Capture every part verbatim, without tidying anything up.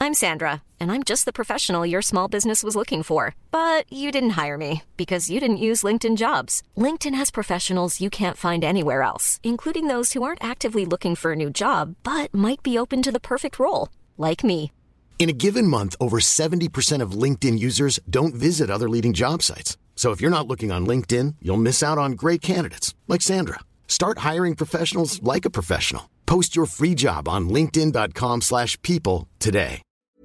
I'm Sandra, and I'm just the professional your small business was looking for. But you didn't hire me because you didn't use LinkedIn Jobs. LinkedIn has professionals you can't find anywhere else, including those who aren't actively looking for a new job, but might be open to the perfect role, like me. In a given month, over seventy percent of LinkedIn users don't visit other leading job sites. So if you're not looking on LinkedIn, you'll miss out on great candidates like Sandra. Start hiring professionals like a professional. Post your free job on linkedin dot com slash people today.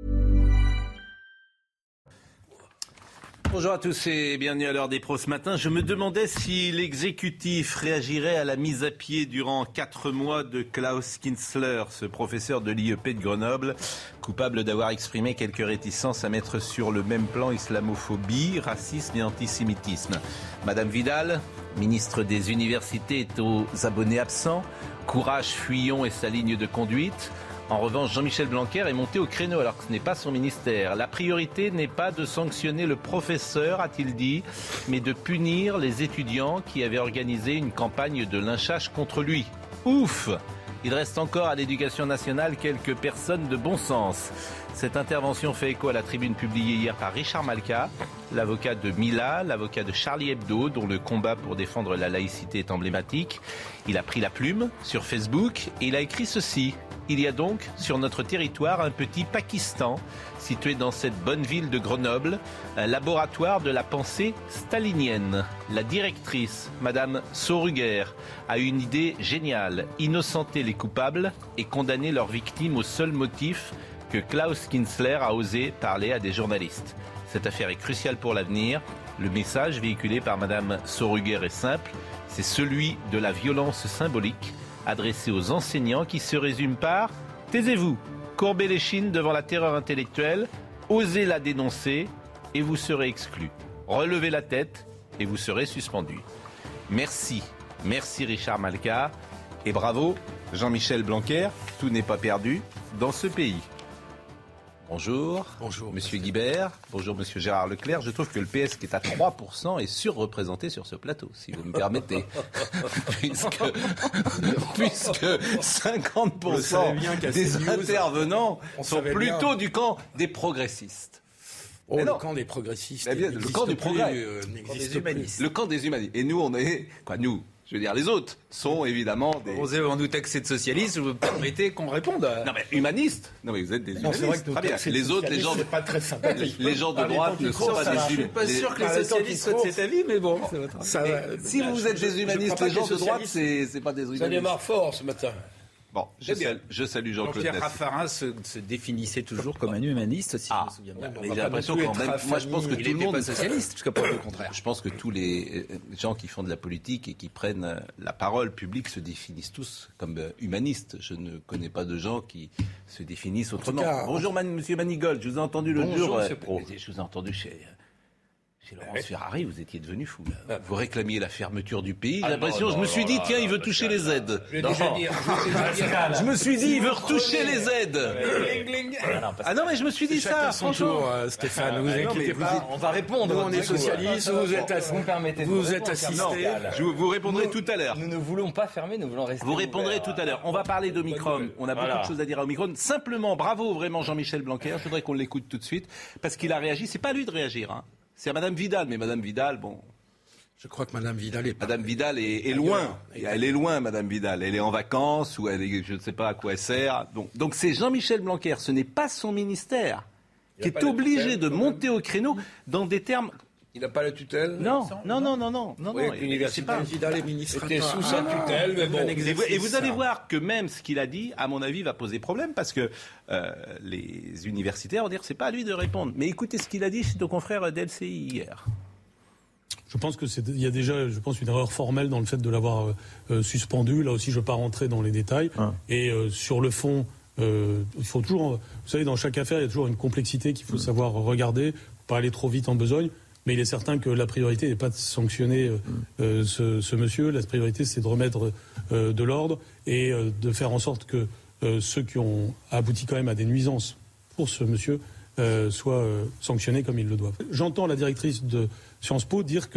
Bonjour à tous et bienvenue à l'heure des pros ce matin. Je me demandais si l'exécutif réagirait à la mise à pied durant quatre mois de Klaus Kinzler, ce professeur de l'I E P de Grenoble, coupable d'avoir exprimé quelques réticences à mettre sur le même plan islamophobie, racisme et antisémitisme. Madame Vidal, ministre des Universités, est aux abonnés absents. Courage, Fuyons et sa ligne de conduite. En revanche, Jean-Michel Blanquer est monté au créneau alors que ce n'est pas son ministère. La priorité n'est pas de sanctionner le professeur, a-t-il dit, mais de punir les étudiants qui avaient organisé une campagne de lynchage contre lui. Ouf ! Il reste encore à l'Éducation nationale quelques personnes de bon sens. Cette intervention fait écho à la tribune publiée hier par Richard Malka, l'avocat de Mila, l'avocat de Charlie Hebdo, dont le combat pour défendre la laïcité est emblématique. Il a pris la plume sur Facebook et il a écrit ceci. Il y a donc sur notre territoire un petit Pakistan, situé dans cette bonne ville de Grenoble, un laboratoire de la pensée stalinienne. La directrice, Madame Sauruguer, a une idée géniale, innocenter les coupables et condamner leurs victimes au seul motif que Klaus Kinzler a osé parler à des journalistes. Cette affaire est cruciale pour l'avenir. Le message véhiculé par Madame Sauruguer est simple, c'est celui de la violence symbolique adressé aux enseignants qui se résume par « Taisez-vous, courbez l'échine devant la terreur intellectuelle, osez la dénoncer et vous serez exclu. Relevez la tête et vous serez suspendu. » Merci, merci Richard Malka et bravo Jean-Michel Blanquer, tout n'est pas perdu dans ce pays. Bonjour, bonjour Monsieur Guibert, bonjour Monsieur Gérard Leclerc. Je trouve que le P S qui est à trois pour cent est surreprésenté sur ce plateau, si vous me permettez. puisque, puisque cinquante pour cent des intervenants sont plutôt bien du camp des progressistes. Oh, le camp des progressistes. Eh bien, le camp du progrès. Euh, n'existe plus. Le camp des humanistes. Et nous, on est... Quoi, nous Je veux dire, les autres sont évidemment des... Vous avez nous taxer de socialistes, vous permettez qu'on réponde à... Non mais humanistes. Non mais vous êtes des non, humanistes. C'est vrai que très bien. Les autres, les gens, c'est pas très sympathique. Les gens de droite ne sont pas des humanistes. Je suis pas sûr que les socialistes soient de cet avis, mais bon. Ça va. Si vous êtes des humanistes, les gens de droite, c'est c'est pas des humanistes. Ça démarre fort ce matin. Bon, je, sal, je salue Jean-Claude Jean-Pierre Raffarin se, se définissait toujours comme un humaniste, si ah, je me souviens bien. Mais j'ai l'impression quand même, moi je pense que il tout le monde pas socialiste, jusqu'à preuve du contraire. Je pense que tous les gens qui font de la politique et qui prennent la parole publique se définissent tous comme humanistes. Je ne connais pas de gens qui se définissent autrement. Cas, bonjour Man, Monsieur Manigold, je vous ai entendu le jour. Euh, je vous ai entendu chez... Chez Laurence Ferrari, vous étiez devenu fou. Là. Vous réclamiez la fermeture du pays. J'ai ah l'impression, non, je me suis non, dit, non, tiens, non, il veut non, toucher non, les aides. Je, non. Dire, je, je me suis dit, il veut retoucher les aides. Ah non, mais je me suis dit ça, franchement. Tour, euh, Stéphane, ah, vous non, inquiétez vous pas. êtes, on va répondre. Nous, on est socialistes, vous êtes assistés. Vous permettez de Vous êtes assistés. Je vous répondrai tout à l'heure. Nous ne voulons pas fermer, nous voulons rester. Vous répondrez tout à l'heure. On va parler d'Omicron. On a beaucoup de choses à dire à Omicron. Simplement, bravo vraiment Jean-Michel Blanquer. Je voudrais qu'on l'écoute tout de suite parce qu'il a réagi. C'est pas à lui de réagir, hein. C'est à Madame Vidal, mais Madame Vidal, bon... Je crois que Madame Vidal est... Madame Vidal est, est loin. Elle est loin, Madame Vidal. Elle est en vacances ou elle est, je ne sais pas à quoi elle sert. Donc, donc c'est Jean-Michel Blanquer. Ce n'est pas son ministère qui est obligé de monter au créneau dans des termes... Il n'a pas la tutelle? Non, non, non, non, non, non. Oui, l'université pas... Vidal est ministre. C'était sous sa tutelle, mais bon. Et vous, et vous allez voir que même ce qu'il a dit, à mon avis, va poser problème parce que euh, les universitaires vont dire que c'est pas à lui de répondre. Mais écoutez ce qu'il a dit chez nos confrères d'L C I hier. Je pense que c'est, il y a déjà, je pense, une erreur formelle dans le fait de l'avoir euh, suspendu. Là aussi, je ne vais pas rentrer dans les détails. Ah. Et euh, sur le fond, euh, il faut toujours, vous savez, dans chaque affaire, il y a toujours une complexité qu'il faut mmh. savoir regarder, pas aller trop vite en besogne. Mais il est certain que la priorité n'est pas de sanctionner euh, euh, ce, ce monsieur. La priorité, c'est de remettre euh, de l'ordre et euh, de faire en sorte que euh, ceux qui ont abouti quand même à des nuisances pour ce monsieur euh, soient euh, sanctionnés comme ils le doivent. J'entends la directrice de Sciences Po dire que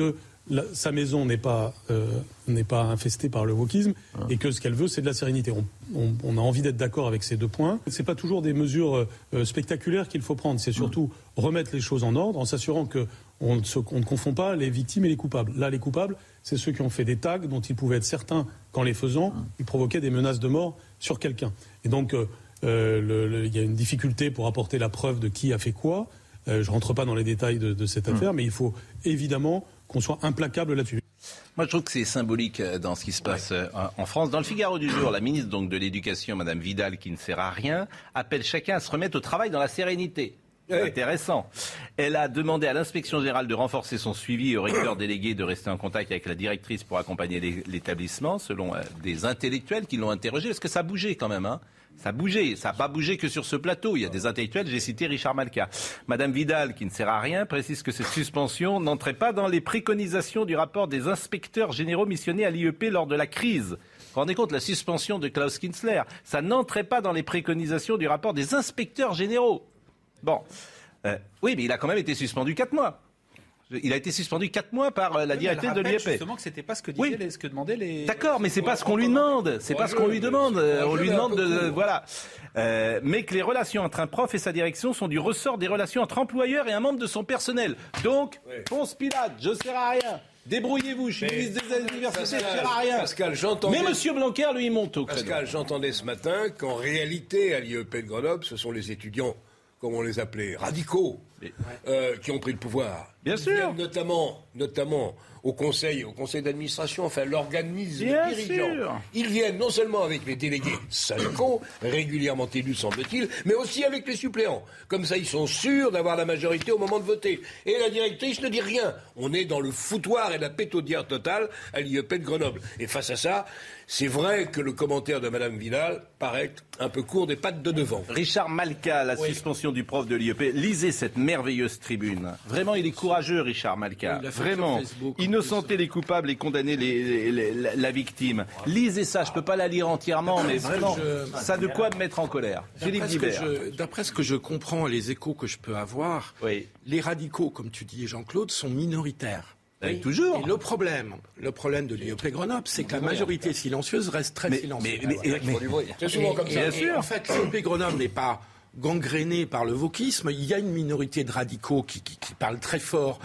la, sa maison n'est pas, euh, n'est pas infestée par le wokisme ah. et que ce qu'elle veut, c'est de la sérénité. On, on, on a envie d'être d'accord avec ces deux points. C'est pas toujours des mesures euh, spectaculaires qu'il faut prendre. C'est surtout mmh. remettre les choses en ordre en s'assurant que on ne, se, on ne confond pas les victimes et les coupables. Là, les coupables, c'est ceux qui ont fait des tags dont ils pouvaient être certains qu'en les faisant, mmh. ils provoquaient des menaces de mort sur quelqu'un. Et donc, euh, euh, le, le, il y a une difficulté pour apporter la preuve de qui a fait quoi. Euh, je ne rentre pas dans les détails de, de cette affaire, mmh. mais il faut évidemment qu'on soit implacable là-dessus. Moi, je trouve que c'est symbolique dans ce qui se passe ouais. en France. Dans le Figaro du jour, la ministre donc, de l'Éducation, Madame Vidal, qui ne sert à rien, appelle chacun à se remettre au travail dans la sérénité. C'est oui. intéressant. Elle a demandé à l'inspection générale de renforcer son suivi et au recteur délégué de rester en contact avec la directrice pour accompagner l'établissement, selon euh, des intellectuels qui l'ont interrogé, parce que ça a bougé quand même, hein. Ça a bougé, ça n'a pas bougé que sur ce plateau. Il y a des intellectuels, j'ai cité Richard Malka. Madame Vidal, qui ne sert à rien, précise que cette suspension n'entrait pas dans les préconisations du rapport des inspecteurs généraux missionnés à l'I E P lors de la crise. Vous vous rendez compte, la suspension de Klaus Kinzler, ça n'entrait pas dans les préconisations du rapport des inspecteurs généraux. Bon, euh, oui, mais il a quand même été suspendu quatre mois. Il a été suspendu quatre mois par euh, la oui, directrice de l'I E P. Justement que c'était pas ce que disaient oui. les, ce que demandaient les. D'accord, mais c'est pas ce qu'on lui demande. C'est pas ce qu'on lui demande. On lui demande de, de voilà. Euh, mais que les relations entre un prof et sa direction sont du ressort des relations entre employeur et un membre de son personnel. Donc, oui. Ponce Pilate, je sers à rien. Débrouillez-vous, je suis mais ministre des universités, Pascal, je sers à rien. Pascal, j'entendais. Mais Monsieur Blanquer, lui, il monte au créneau. Pascal, j'entendais ce matin qu'en réalité, à l'I E P de Grenoble, ce sont les étudiants, comme on les appelait, radicaux, euh, qui ont pris le pouvoir. Bien sûr. Notamment, notamment au conseil, au conseil d'administration, enfin l'organisme dirigeant. Sûr. Ils viennent non seulement avec les délégués syndicaux, régulièrement élus semble-t-il, mais aussi avec les suppléants. Comme ça, ils sont sûrs d'avoir la majorité au moment de voter. Et la directrice ne dit rien. On est dans le foutoir et la pétaudière totale à l'I E P de Grenoble. Et face à ça, c'est vrai que le commentaire de Madame Vidal paraît un peu court des pattes de devant. Richard Malka, la oui. suspension du prof de l'I E P. Lisez cette merveilleuse tribune. Vraiment, il est courageux, Richard Malka. Oui, vraiment. Innocenter les coupables et condamner les, les, les, la, la victime. Lisez ça, je ne peux pas la lire entièrement, d'après mais vraiment, je... ça a de quoi me mettre en colère. Philippe Guibert. D'après ce que je comprends, les échos que je peux avoir, oui. les radicaux, comme tu dis, Jean-Claude, sont minoritaires. Oui. Toujours. Et le problème, le problème de l'I E P Grenoble, c'est que la majorité silencieuse reste très mais, silencieuse. Mais, mais, mais, mais, c'est souvent comme ça. Bien sûr. En fait, l'I E P Grenoble n'est pas gangrénée par le wokisme. Il y a une minorité de radicaux qui, qui, qui parlent très fort,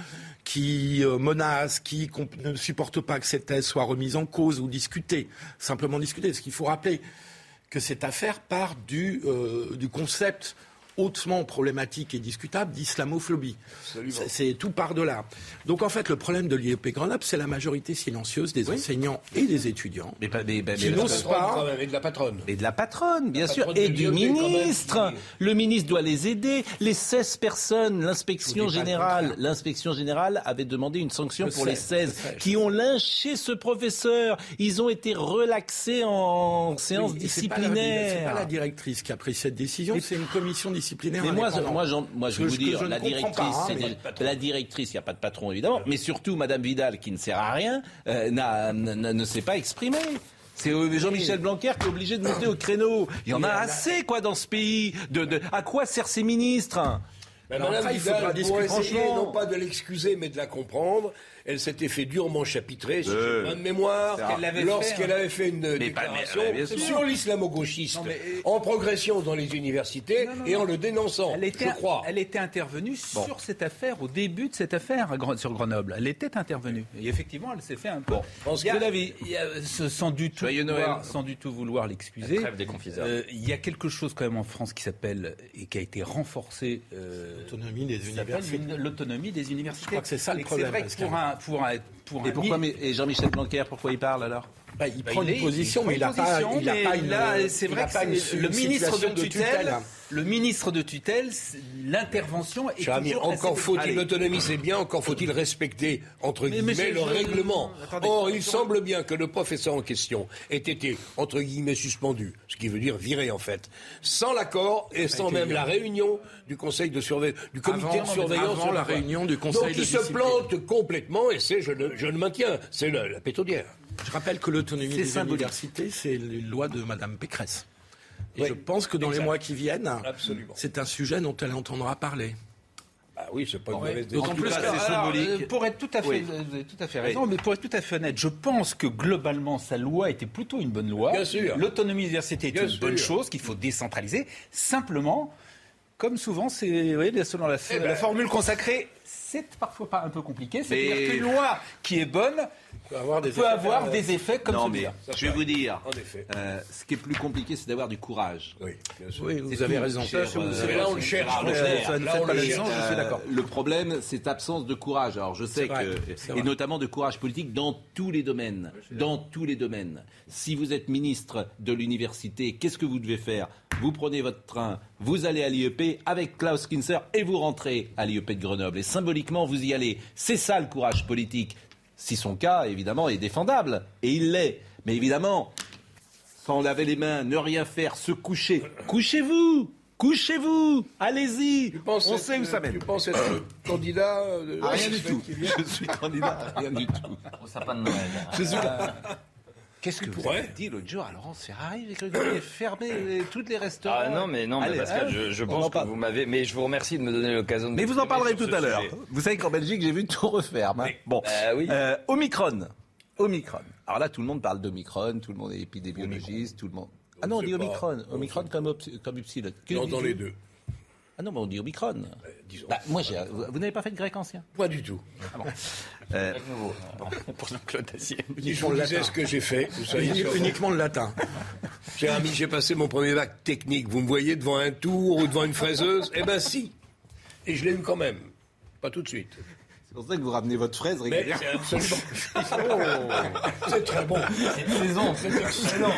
qui euh, menacent, qui ne supportent pas que cette thèse soit remise en cause ou discutée, simplement discutée. Parce qu'il faut rappeler que cette affaire part du, euh, du concept hautement problématique et discutable d'islamophobie. C'est, c'est tout par de là. Donc en fait, le problème de l'I E P Grenoble, c'est la majorité silencieuse des oui. enseignants et des étudiants. Mais pas des, qui n'osent pas. Et de la patronne. Et de la patronne, bien la sûr. Patronne et du ministre. Même, le ministre doit les aider. Les seize personnes, l'inspection générale, l'inspection générale avait demandé une sanction je pour sais, les seize qui ont lynché ce professeur. Ils ont été relaxés en séance oui, disciplinaire. C'est pas, la, c'est pas la directrice qui a pris cette décision, et c'est une commission disciplinaire. Mais moi, moi, moi, je vais vous dire, je la directrice, pas, hein, c'est la directrice, il n'y a pas de patron évidemment, mais surtout Madame Vidal, qui ne sert à rien, euh, n'a, n'a, ne s'est pas exprimée. C'est Jean-Michel Blanquer qui est obligé de monter au créneau. Il y en a assez, quoi, dans ce pays. De, de, à quoi servent ces ministres? Ben, Madame après, Vidal, il pour essayer non pas de l'excuser, mais de la comprendre, elle s'était fait durement chapitrer, si euh, j'ai pas de mémoire, lorsqu'elle avait fait une mais déclaration pas, mais, sur l'islamo-gauchiste, mais, en progression dans les universités non, non, et en le dénonçant, elle était, je crois. Elle était intervenue bon. sur cette affaire, au début de cette affaire sur Grenoble. Elle était intervenue. Et effectivement, elle s'est fait un peu... Bon, pense que la vie... Il y a, sans, du tout vouloir, sans du tout vouloir l'excuser, trêve des confiseurs. Euh, il y a quelque chose quand même en France qui s'appelle, et qui a été renforcé... Euh, l'autonomie des universités. L'autonomie des universités. Je crois que c'est ça le problème. C'est vrai que pour un... Pour un Pour et, pourquoi, mais, et Jean-Michel Blanquer, pourquoi il parle alors? Bah, il bah, prend il une est, position, il mais il n'a pas, il mais pas une. Là, c'est vrai que une, le ministre de, de tutelle, tutelle. Le ministre de tutelle, l'intervention est Cher toujours ami, encore faut-il Allez. L'autonomie, c'est bien. Encore faut-il respecter entre mais, guillemets le je... règlement. Attendez, Or, il semble bien que le professeur en question ait été entre guillemets suspendu, ce qui veut dire viré en fait, sans l'accord et sans même la réunion du conseil de surveillance, du comité avant, de surveillance. Avant la réunion du conseil Donc, de discipline. Donc, il se plante complètement et c'est, je le, je le maintiens, c'est la, la pétaudière. Je rappelle que l'autonomie des symbolique. universités, c'est les lois de Madame Pécresse. Et oui, je pense que dans exact. les mois qui viennent, Absolument. c'est un sujet dont elle entendra parler. Ah oui, c'est pas une Ouais. mauvaise D'autant décision. plus cas, que, c'est alors, symbolique. euh, pour être tout à fait, Oui. vous avez tout à fait Oui. raison, mais pour être tout à fait honnête, je pense que globalement sa loi était plutôt une bonne loi. Bien sûr. L'autonomie université est Bien une sûr. bonne chose qu'il faut décentraliser. Simplement, comme souvent, c'est oui, selon la, Eh ben, la formule consacrée, c'est parfois pas un peu compliqué. C'est-à-dire Mais- qu'une loi qui est bonne peut avoir des peut effets avoir pervers. des effets comme Non, mais celui-là. je vais vous dire, En effet. euh, ce qui est plus compliqué, c'est d'avoir du courage. Oui, bien sûr. Oui, vous C'est avez tout, raison. cher, Ça, euh, vous- Mais là, on le cherche. Gérard on le Leclerc. cherche. Ça ne Là, fait on pas le la cherche. licence, je suis d'accord. Le problème, c'est absence de courage. Alors, je sais C'est vrai, que, c'est et vrai. notamment de courage politique dans tous les domaines. Dans tous les domaines. Si vous êtes ministre de l'université, qu'est-ce que vous devez faire? Vous prenez votre train, vous allez à l'I E P avec Klaus Kinzer et vous rentrez à l'I E P de Grenoble. Et symboliquement, vous y allez. C'est ça le courage politique. Si son cas, évidemment, est défendable. Et il l'est. Mais évidemment, sans laver les mains, ne rien faire, se coucher. Couchez-vous! Couchez-vous! Allez-y! Tu penses On être- sait où ça mène. Tu penses être candidat euh, de- Ah, rien de- du tout. qui vient Je suis candidat à rien du tout. Au sapin de Noël. Je suis Qu'est-ce que vous pourrais. avez dit l'autre jour à Laurence Ferrari? Vous avez fermé les- tous les restaurants. Ah non, mais non, mais Allez, Pascal, hein, je, je on pense en que parle. vous m'avez. Mais je vous remercie de me donner l'occasion de. Mais vous en parlerez tout m'exprimer à sur l'heure. ce sujet. Vous savez qu'en Belgique, j'ai vu tout refaire. hein. Bon, Bah oui. Euh, Omicron. Omicron. Alors là, tout le monde parle d'Omicron, tout le monde est épidémiologiste, tout le monde. Ah non, on sait dit pas. Omicron. On Omicron sait comme, Ops- comme Upsilon. Que Dans, dans dites-vous les deux. Ah non, mais on dit Omicron. Disons. Bah, moi, j'ai... vous vous n'avez pas fait de grec ancien? Pas du tout. Euh, Nouveau. Pour Jean-Claude Assier. Je vous disais ce que j'ai fait. Vous savez, Uni- sur- Uniquement le latin. Cher ami, j'ai passé mon premier bac technique. Vous me voyez devant un tour ou devant une fraiseuse? Eh ben si. Et je l'ai eu quand même. Pas tout de suite. c'est pour ça que vous ramenez votre fraise Mais régulièrement. c'est absolument. C'est très bon. C'est une saison. C'est excellent.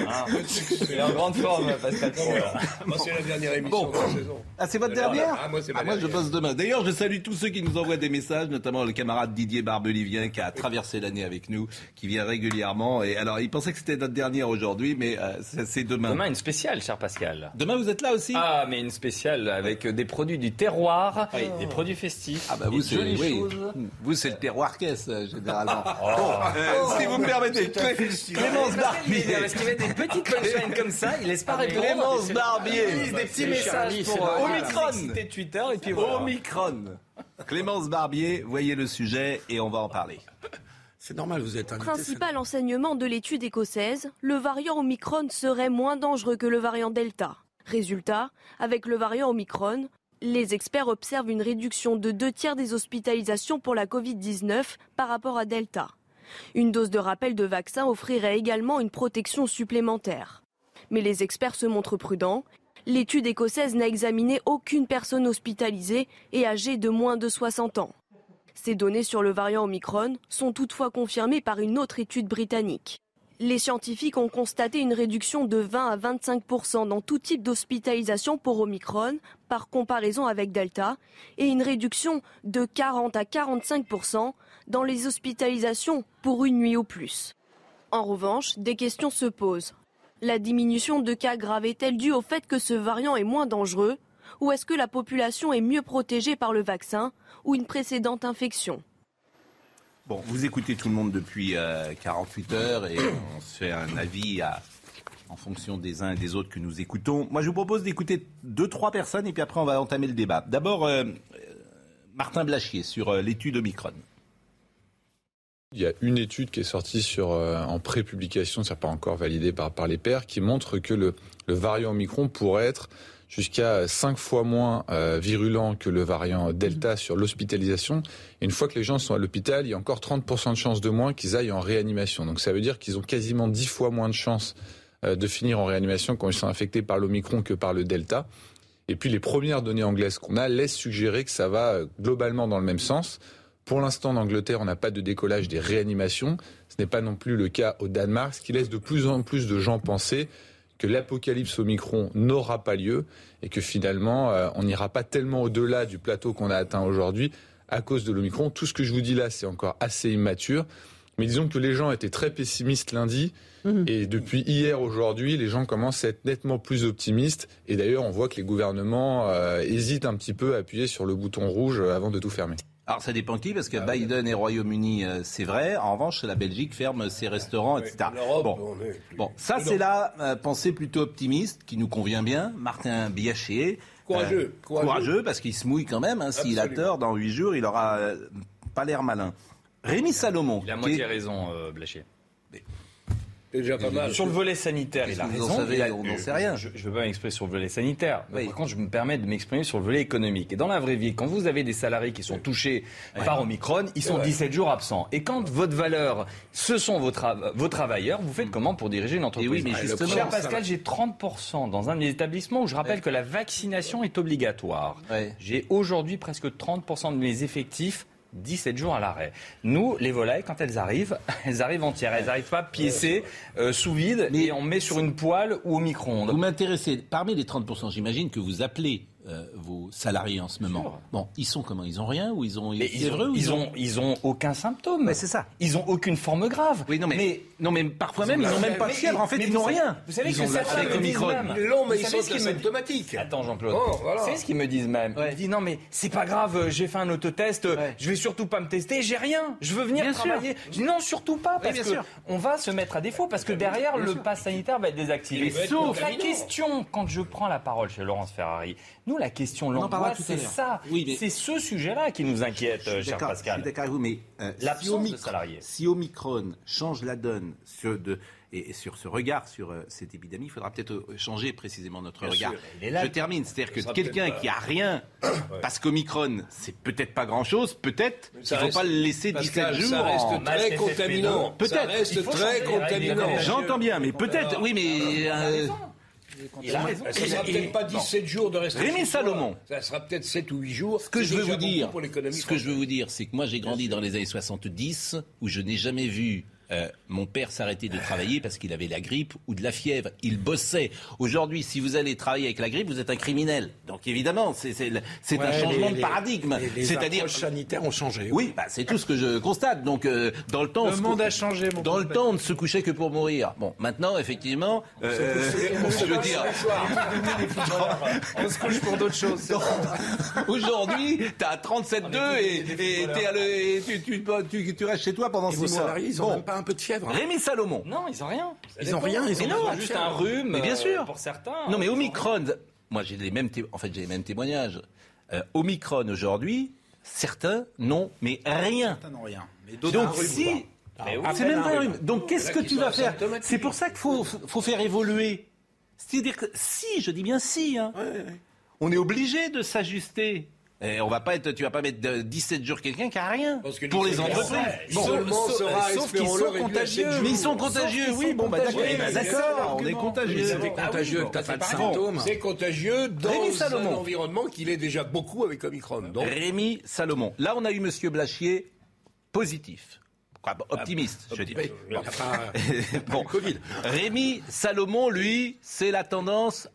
Il est en grande forme, Pascal. Pro, là. Moi, c'est la dernière émission Bon. de la saison. Ah, c'est votre Alors, dernière? ah, moi, c'est ma Ah, moi, je dernière. bosse demain. D'ailleurs, je salue tous ceux qui nous envoient des messages, notamment le camarade Didier Barbelivien qui a traversé l'année avec nous, qui vient régulièrement. Et alors, il pensait que c'était notre dernière aujourd'hui, mais euh, c'est c'est demain. Demain, une spéciale, cher Pascal. Demain, vous êtes là aussi? Ah, mais une spéciale avec des produits du terroir, des produits festifs. Ah bah vous, des c'est jolies oui. choses. Vous, c'est le terroir caisse, euh, généralement. Oh. Bon, euh, si vous me permettez, Clé- Clémence Barbier. Parce qu'il met des petites punchlines comme ça, il laisse pas répondre. Clémence Barbier. Il lise des petits messages Charlie, pour c'est euh, normal. Omicron. Twitter et puis voilà. Omicron. Clémence Barbier, voyez le sujet et on va en parler. C'est normal, vous êtes invité. Principal enseignement de l'étude écossaise, le variant Omicron serait moins dangereux que le variant Delta. Résultat, avec le variant Omicron, les experts observent une réduction de deux tiers des hospitalisations pour la covid dix-neuf par rapport à Delta. Une dose de rappel de vaccin offrirait également une protection supplémentaire. Mais les experts se montrent prudents. L'étude écossaise n'a examiné aucune personne hospitalisée et âgée de moins de soixante ans. Ces données sur le variant Omicron sont toutefois confirmées par une autre étude britannique. Les scientifiques ont constaté une réduction de vingt à vingt-cinq pour cent dans tout type d'hospitalisation pour Omicron par comparaison avec Delta et une réduction de quarante à quarante-cinq pour cent dans les hospitalisations pour une nuit ou plus. En revanche, des questions se posent. La diminution de cas graves est-elle due au fait que ce variant est moins dangereux ou est-ce que la population est mieux protégée par le vaccin ou une précédente infection ? Bon, vous écoutez tout le monde depuis euh, quarante-huit heures et on se fait un avis à, en fonction des uns et des autres que nous écoutons. Moi, je vous propose d'écouter deux, trois personnes et puis après, on va entamer le débat. D'abord, euh, Martin Blachier sur euh, l'étude Omicron. Il y a une étude qui est sortie sur, euh, en pré-publication, ça n'est pas encore validé par, par les pairs, qui montre que le, le variant Omicron pourrait être jusqu'à cinq fois moins euh, virulent que le variant Delta sur l'hospitalisation. Et une fois que les gens sont à l'hôpital, il y a encore trente pour cent de chances de moins qu'ils aillent en réanimation. Donc ça veut dire qu'ils ont quasiment dix fois moins de chances euh, de finir en réanimation quand ils sont infectés par l'Omicron que par le Delta. Et puis les premières données anglaises qu'on a laissent suggérer que ça va euh, globalement dans le même sens. Pour l'instant, en Angleterre, on n'a pas de décollage des réanimations. Ce n'est pas non plus le cas au Danemark, ce qui laisse de plus en plus de gens penser que l'apocalypse Omicron n'aura pas lieu et que finalement, euh, on n'ira pas tellement au-delà du plateau qu'on a atteint aujourd'hui à cause de l'Omicron. Tout ce que je vous dis là, c'est encore assez immature. Mais disons que les gens étaient très pessimistes lundi. Mmh. Et depuis hier, aujourd'hui, les gens commencent à être nettement plus optimistes. Et d'ailleurs, on voit que les gouvernements euh, hésitent un petit peu à appuyer sur le bouton rouge avant de tout fermer. Alors ça dépend qui, parce que ah, Biden oui. et Royaume-Uni, euh, c'est vrai. En revanche, la Belgique ferme ses restaurants, et cetera. L'Europe, bon, on est plus... bon, ça c'est la euh, pensée plutôt optimiste qui nous convient bien. Martin Blachier, Courageux. Euh, courageux. courageux, parce qu'il se mouille quand même. Hein, s'il a tort, dans huit jours, il aura euh, pas l'air malin. Rémi Salomon. Il a moitié raison, euh, Blachier. C'est déjà pas mal. Sur le volet sanitaire, il a raison. Savez, il a, on n'en sait rien. Je ne veux pas m'exprimer sur le volet sanitaire. Oui. Par contre, je me permets de m'exprimer sur le volet économique. Et dans la vraie vie, quand vous avez des salariés qui sont touchés oui. par Omicron, ils sont dix-sept jours absents. Et quand votre valeur, ce sont vos, tra- vos travailleurs, vous faites comment pour diriger une entreprise? oui, mais justement, Cher Pascal, j'ai trente pour cent dans un de mes établissements où je rappelle oui. que la vaccination est obligatoire. Oui. J'ai aujourd'hui presque trente pour cent de mes effectifs dix-sept jours à l'arrêt. Nous, les volailles, quand elles arrivent, elles arrivent entières. Elles n'arrivent pas piécées, euh, sous vide, mais et on met sur une poêle ou au micro-ondes. Vous m'intéressez, parmi les trente pour cent, j'imagine que vous appelez euh, vos salariés en ce moment. Sûr. Bon, ils sont comment? Ils ont rien ou ils ont mais ils ont, ils, ont, ils ont aucun symptôme. Mais c'est ça. Ils ont aucune forme grave. Oui, non mais, mais non mais parfois même ils n'ont même pas de fièvre. En fait, ils n'ont rien. Vous savez ils que c'est ça avec le micro. Ils l'ont, mais ils sont asymptomatiques. Attends, Jean-Claude. Oh, voilà. C'est ce qu'ils me disent même. Ouais. Ils disent non mais c'est pas grave. J'ai fait un autotest. Ouais. Je vais surtout pas me tester. J'ai rien. Je veux venir bien travailler. Je dis non, surtout pas parce oui, que sûr. on va se mettre à défaut parce que derrière bien le sûr. pass sanitaire va être désactivé. Sauf la question quand je prends la parole chez Laurence Ferrari. Nous, la question l'angoisse, c'est ça. Oui, mais c'est ce sujet-là qui nous inquiète, cher Pascal. Je suis d'accord avec vous, mais euh, l'absence si Omicron, de salariés. Si Omicron change la donne sur de, et, et sur ce regard sur euh, cette épidémie, il faudra peut-être changer précisément notre Bien regard. Sûr, je termine, c'est-à-dire que quelqu'un qui a rien, ouais. parce qu'Omicron, c'est peut-être pas grand-chose, peut-être il ne faut pas le laisser dix-sept jours. Ça reste en... très contaminant. Peut-être. Ça reste très contaminant. J'entends bien, mais peut-être. Oui, mais. Euh, Il a raison. Ça ne sera peut-être pas dix-sept jours de restriction. Rémi Salomon. Ça sera peut-être sept ou huit jours. Ce que je veux vous dire, ce que je veux vous dire, c'est que moi j'ai grandi dans les années soixante-dix où je n'ai jamais vu euh, mon père s'arrêter de travailler parce qu'il avait la grippe ou de la fièvre. Il bossait. Aujourd'hui, si vous allez travailler avec la grippe, vous êtes un criminel. Donc évidemment, c'est, c'est, c'est ouais, un changement les, de paradigme. Les, les C'est-à-dire, approches sanitaires ont changé. Oui, bah, c'est tout ce que je constate. Donc euh, dans le temps, le monde cou... a changé. Mon dans le temps, on ne se couchait que pour mourir. Bon, maintenant, effectivement, euh, on se veux dire, on se couche pour d'autres choses. Donc, aujourd'hui, t'as trente-sept virgule deux et, et, t'es à le, et tu, tu, tu, tu restes chez toi pendant six mois. Ils ont bon. même pas un peu de fièvre. Hein. Rémi Salomon. Non, ils ont rien. Ils ont rien. Ils ont non, juste un rhume. Mais bien sûr. Euh, pour certains. Non, mais Omicron. Moi, j'ai les mêmes. Té... En fait, j'ai les mêmes témoignages. Euh, Omicron aujourd'hui, certains n'ont mais rien. Certains n'ont rien. Mais donc si. Mais oui, c'est même pas un rhume. Donc qu'est-ce que tu vas faire? C'est pour ça qu'il faut, faut faire évoluer. C'est-à-dire que si, je dis bien si, hein, ouais, ouais. on est obligé de s'ajuster. Et on va pas être, tu vas pas mettre dix-sept jours quelqu'un qui a rien pour les entreprises. Bon, seulement sera, sauf qu'ils sont contagieux. Mais ils sont contagieux, oui. Bon, bah d'accord, bah, d'accord, on est contagieux. C'est contagieux, t'as pas de symptômes. C'est contagieux dans un environnement qu'il est déjà beaucoup avec Omicron. Donc. Rémi Salomon. Là, on a eu Monsieur Blachier positif. Optimiste, ah, je dirais. Bon, Covid. Rémi Salomon, lui, c'est la tendance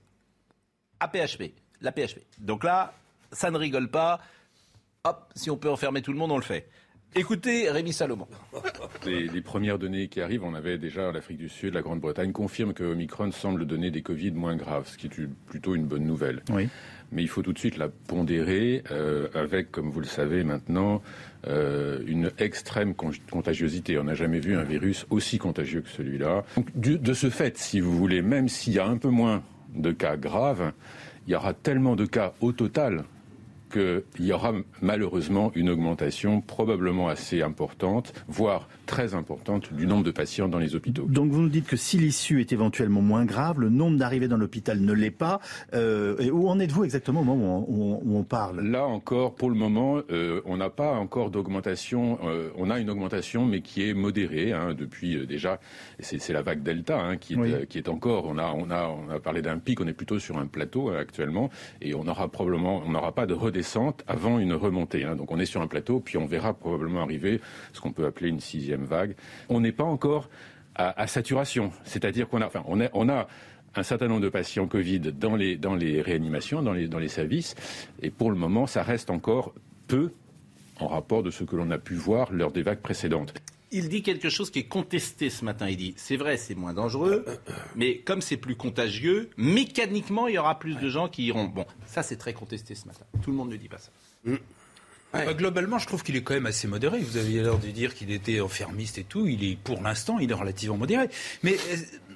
à P H P. La P H P. Donc là, ça ne rigole pas. Hop, si on peut enfermer tout le monde, on le fait. Écoutez Rémi Salomon. Les, les premières données qui arrivent, on avait déjà l'Afrique du Sud, la Grande-Bretagne, confirment que Omicron semble donner des Covid moins graves, ce qui est plutôt une bonne nouvelle. Oui. Mais il faut tout de suite la pondérer euh, avec, comme vous le savez maintenant, euh, une extrême contagiosité. On n'a jamais vu un virus aussi contagieux que celui-là. Donc, du, de ce fait, si vous voulez, même s'il y a un peu moins de cas graves, il y aura tellement de cas au total qu'il y aura malheureusement une augmentation probablement assez importante, voire très importante, du nombre de patients dans les hôpitaux. Donc vous nous dites que si l'issue est éventuellement moins grave, le nombre d'arrivées dans l'hôpital ne l'est pas. Euh, et où en êtes-vous exactement au moment où on, où on parle? Là encore, pour le moment, euh, on n'a pas encore d'augmentation. Euh, on a une augmentation, mais qui est modérée hein, depuis euh, déjà. C'est, c'est la vague Delta hein, qui, est, oui. euh, qui est encore. On a, on a, on a parlé d'un pic. On est plutôt sur un plateau euh, actuellement, et on aura probablement, on n'aura pas de redescente avant une remontée. Hein. Donc on est sur un plateau, puis on verra probablement arriver ce qu'on peut appeler une sixième vague. On n'est pas encore à, à saturation, c'est-à-dire qu'on a, enfin, on a, on a un certain nombre de patients Covid dans les, dans les réanimations, dans les, dans les services, et pour le moment, ça reste encore peu en rapport de ce que l'on a pu voir lors des vagues précédentes. Il dit quelque chose qui est contesté ce matin. Il dit, c'est vrai, c'est moins dangereux, mais comme c'est plus contagieux, mécaniquement, il y aura plus de gens qui iront. Bon, ça, c'est très contesté ce matin. Tout le monde ne dit pas ça. Mmh. Ouais. Globalement, je trouve qu'il est quand même assez modéré. Vous aviez l'air de dire qu'il était enfermiste et tout. Il est, pour l'instant, il est relativement modéré. Mais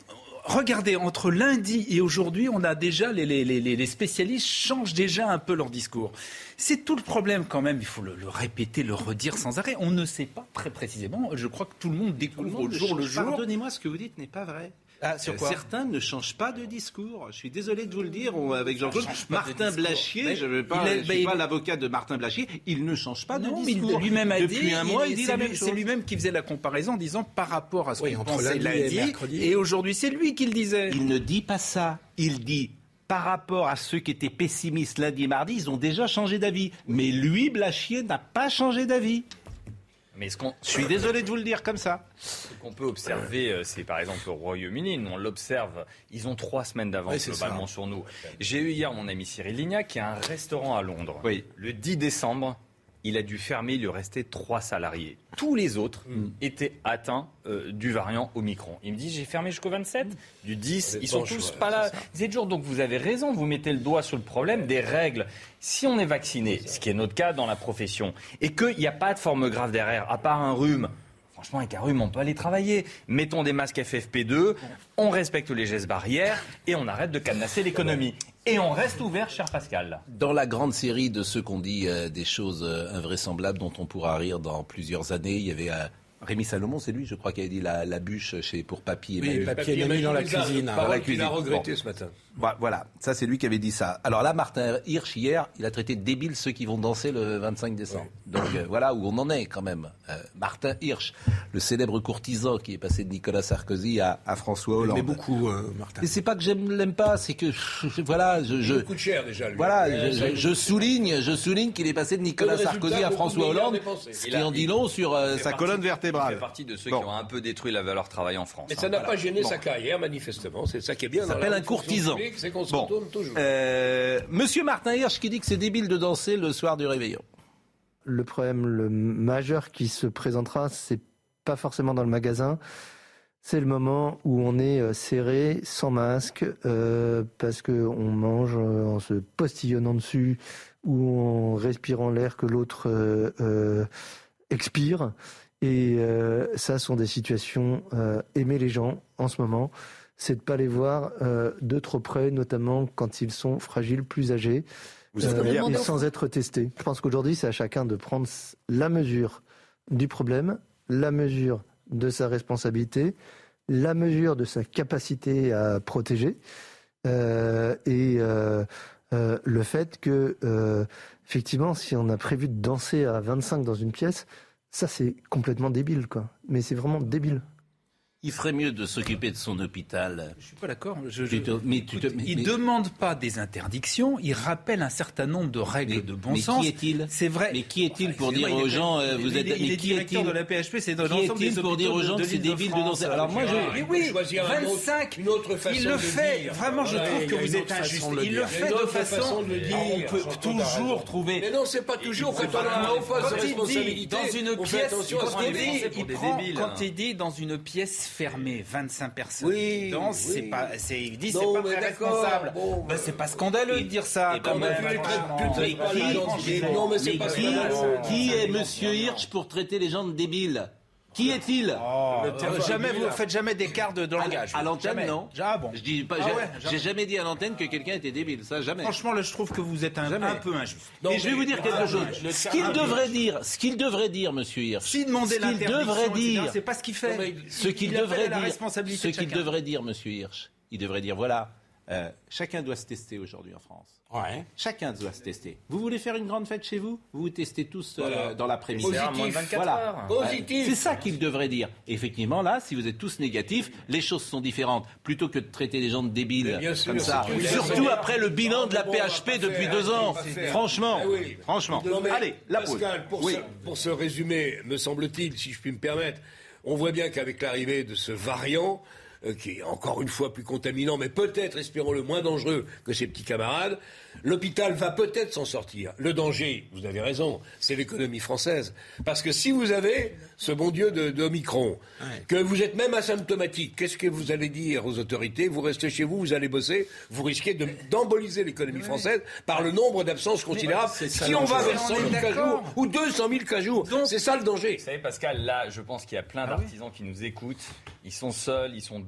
Regardez, entre lundi et aujourd'hui, on a déjà les, les, les, les spécialistes changent déjà un peu leur discours. C'est tout le problème quand même, il faut le, le répéter, le redire sans arrêt. On ne sait pas très précisément, je crois que tout le monde découvre au jour le jour. Pardonnez-moi, ce que vous dites n'est pas vrai. Ah, sur quoi ? Certains ne changent pas de discours. Je suis désolé de vous le dire, on, avec Jean-Claude. Martin Blachier, je ne suis pas l'avocat de Martin Blachier, il ne change pas non, de discours. Il lui-même a Depuis dit, un mois, il, il dit la même lui, chose. C'est lui-même qui faisait la comparaison en disant par rapport à ce oui, qu'on pensait lundi lundi, et, et aujourd'hui c'est lui qui le disait. Il ne dit pas ça, il dit... Par rapport à ceux qui étaient pessimistes lundi et mardi, ils ont déjà changé d'avis. Mais lui, Blachier, n'a pas changé d'avis. Mais ce qu'on... Je suis désolé de vous le dire comme ça. Ce qu'on peut observer, c'est par exemple au Royaume-Uni. Nous, on l'observe. Ils ont trois semaines d'avance oui, globalement ça. Sur nous. J'ai eu hier mon ami Cyril Lignac qui a un restaurant à Londres. Oui. Le dix décembre, il a dû fermer. Il lui restait trois salariés. Tous les autres mm. étaient atteints euh, du variant Omicron. Il me dit, j'ai fermé jusqu'au vingt-sept. Du dix, ils sont tous pas là. Ils étaient toujours. Donc vous avez raison. Vous mettez le doigt sur le problème des règles. Si on est vacciné, ce qui est notre cas dans la profession, et qu'il n'y a pas de forme grave derrière, à part un rhume, franchement, avec un rhume, on peut aller travailler. Mettons des masques F F P deux, on respecte les gestes barrières et on arrête de cadenasser l'économie. Et on reste ouvert, cher Pascal. Dans la grande série de ceux qu'on dit euh, des choses euh, invraisemblables dont on pourra rire dans plusieurs années, il y avait... Euh, Rémi Salomon, c'est lui, je crois, qui avait dit la, la bûche chez, pour Papy et Mamie. Oui, Papy et Mamie dans la cuisine. Dans la cuisine. Il a regretté bon. ce matin. Voilà, ça c'est lui qui avait dit ça. Alors là, Martin Hirsch, hier, il a traité de débiles ceux qui vont danser le vingt-cinq décembre. Oui. Donc euh, voilà où on en est quand même. Euh, Martin Hirsch, le célèbre courtisan qui est passé de Nicolas Sarkozy à, à François Hollande. Mais beaucoup, euh, Martin. Et c'est pas que j'aime l'aime pas, c'est que voilà, je, je il coûte cher déjà. Lui. Voilà, je, je, je souligne, je souligne qu'il est passé de Nicolas Sarkozy à François Hollande, ce qui en dit long sur euh, sa partie, colonne vertébrale. Il fait partie de ceux bon. qui ont un peu détruit la valeur travail en France. Mais ça hein, n'a voilà. pas gêné bon. sa carrière, manifestement. C'est ça qui est bien. Ça s'appelle un courtisan. Publique, c'est qu'on se bon. retourne toujours. Euh, Monsieur Martin Hirsch qui dit que c'est débile de danser le soir du réveillon. Le problème le majeur qui se présentera, c'est pas forcément dans le magasin. C'est le moment où on est serré, sans masque, euh, parce qu'on mange en se postillonnant dessus ou en respirant l'air que l'autre euh, euh, expire. Et euh, ça sont des situations euh, aimer les gens en ce moment, c'est de pas les voir euh, de trop près, notamment quand ils sont fragiles, plus âgés, euh, et sans être testés. Je pense qu'aujourd'hui, c'est à chacun de prendre la mesure du problème, la mesure de sa responsabilité, la mesure de sa capacité à protéger, euh, et euh, euh, le fait que, euh, effectivement, si on a prévu de danser à vingt-cinq dans une pièce, ça, c'est complètement débile, quoi. Mais c'est vraiment débile. Il ferait mieux de s'occuper de son hôpital. Je suis pas d'accord. Je, je, te, mais tu te, mais, il ne mais... demande pas des interdictions, il rappelle un certain nombre de règles mais, de bon mais sens. Qui est-il C'est vrai. Mais qui est-il pour enfin, dire aux gens, euh, vous il, êtes... Il, il mais est qui directeur est-il de la P H P, c'est dans qui l'ensemble des pour dire aux gens que c'est débile de danser. Alors moi, je... Mais oui, vingt-cinq, une autre façon il le fait. Dire. Vraiment, je trouve que vous êtes injuste. Il le fait de façon... On peut toujours trouver... Mais non, c'est pas toujours quand on a un poste de responsabilité. Dans une pièce, quand il dit dans une pièce fermée, vingt-cinq personnes oui, qui dansent, oui. c'est pas, c'est, il dit, non, c'est pas très responsable. Bon, ben, c'est pas scandaleux de dire ça. Et quand même. Mais qui, non, mais c'est mais pas qui, qui est Monsieur Hirsch pour traiter les gens de débiles? Qui est-il? oh, euh, Jamais, vous ne faites jamais d'écart de, de langage. À, à l'antenne, jamais. Non. Ah bon. Je dis pas, ah j'ai, ouais, j'ai jamais dit à l'antenne que quelqu'un était débile. Ça, jamais. Franchement, là, je trouve que vous êtes un, un peu injuste. Non, Et je vais vous dire quelque chose. Ce qu'il devrait dire, ce qu'il devrait dire, Monsieur Hirsch. S'il demandait l'interdiction, devrait dire, c'est pas ce qu'il fait. Non, ce qu'il devrait dire, ce qu'il devrait dire, Monsieur Hirsch. Il devrait dire, voilà, euh, chacun doit se tester aujourd'hui en France. Ouais. Chacun doit se tester. Vous voulez faire une grande fête chez vous? Vous vous testez tous euh, voilà. dans l'après-midi. Positif. Voilà. Positif. C'est ça qu'il devrait dire. Et effectivement, là, si vous êtes tous négatifs, les choses sont différentes. Plutôt que de traiter les gens de débiles bien sûr, comme ça. Surtout après le bilan de la P H P depuis deux ans. Franchement. Oui. Franchement. Non, allez, la pause. Pascal, pour, oui. ce, pour ce résumé, me semble-t-il, si je puis me permettre, on voit bien qu'avec l'arrivée de ce variant, euh, qui est encore une fois plus contaminant, mais peut-être, espérons-le, moins dangereux que ses petits camarades, l'hôpital va peut-être s'en sortir. Le danger, vous avez raison, c'est l'économie française. Parce que si vous avez ce bon Dieu de, de Omicron, ouais. que vous êtes même asymptomatique, qu'est-ce que vous allez dire aux autorités? Vous restez chez vous, vous allez bosser, vous risquez de, d'emboliser l'économie ouais. française par le nombre d'absences considérables. Si on va vers cent mille cas jours ou deux cent mille cas jours, donc, c'est ça le danger. Vous savez, Pascal, là, je pense qu'il y a plein ah d'artisans oui. qui nous écoutent. Ils sont seuls, ils sont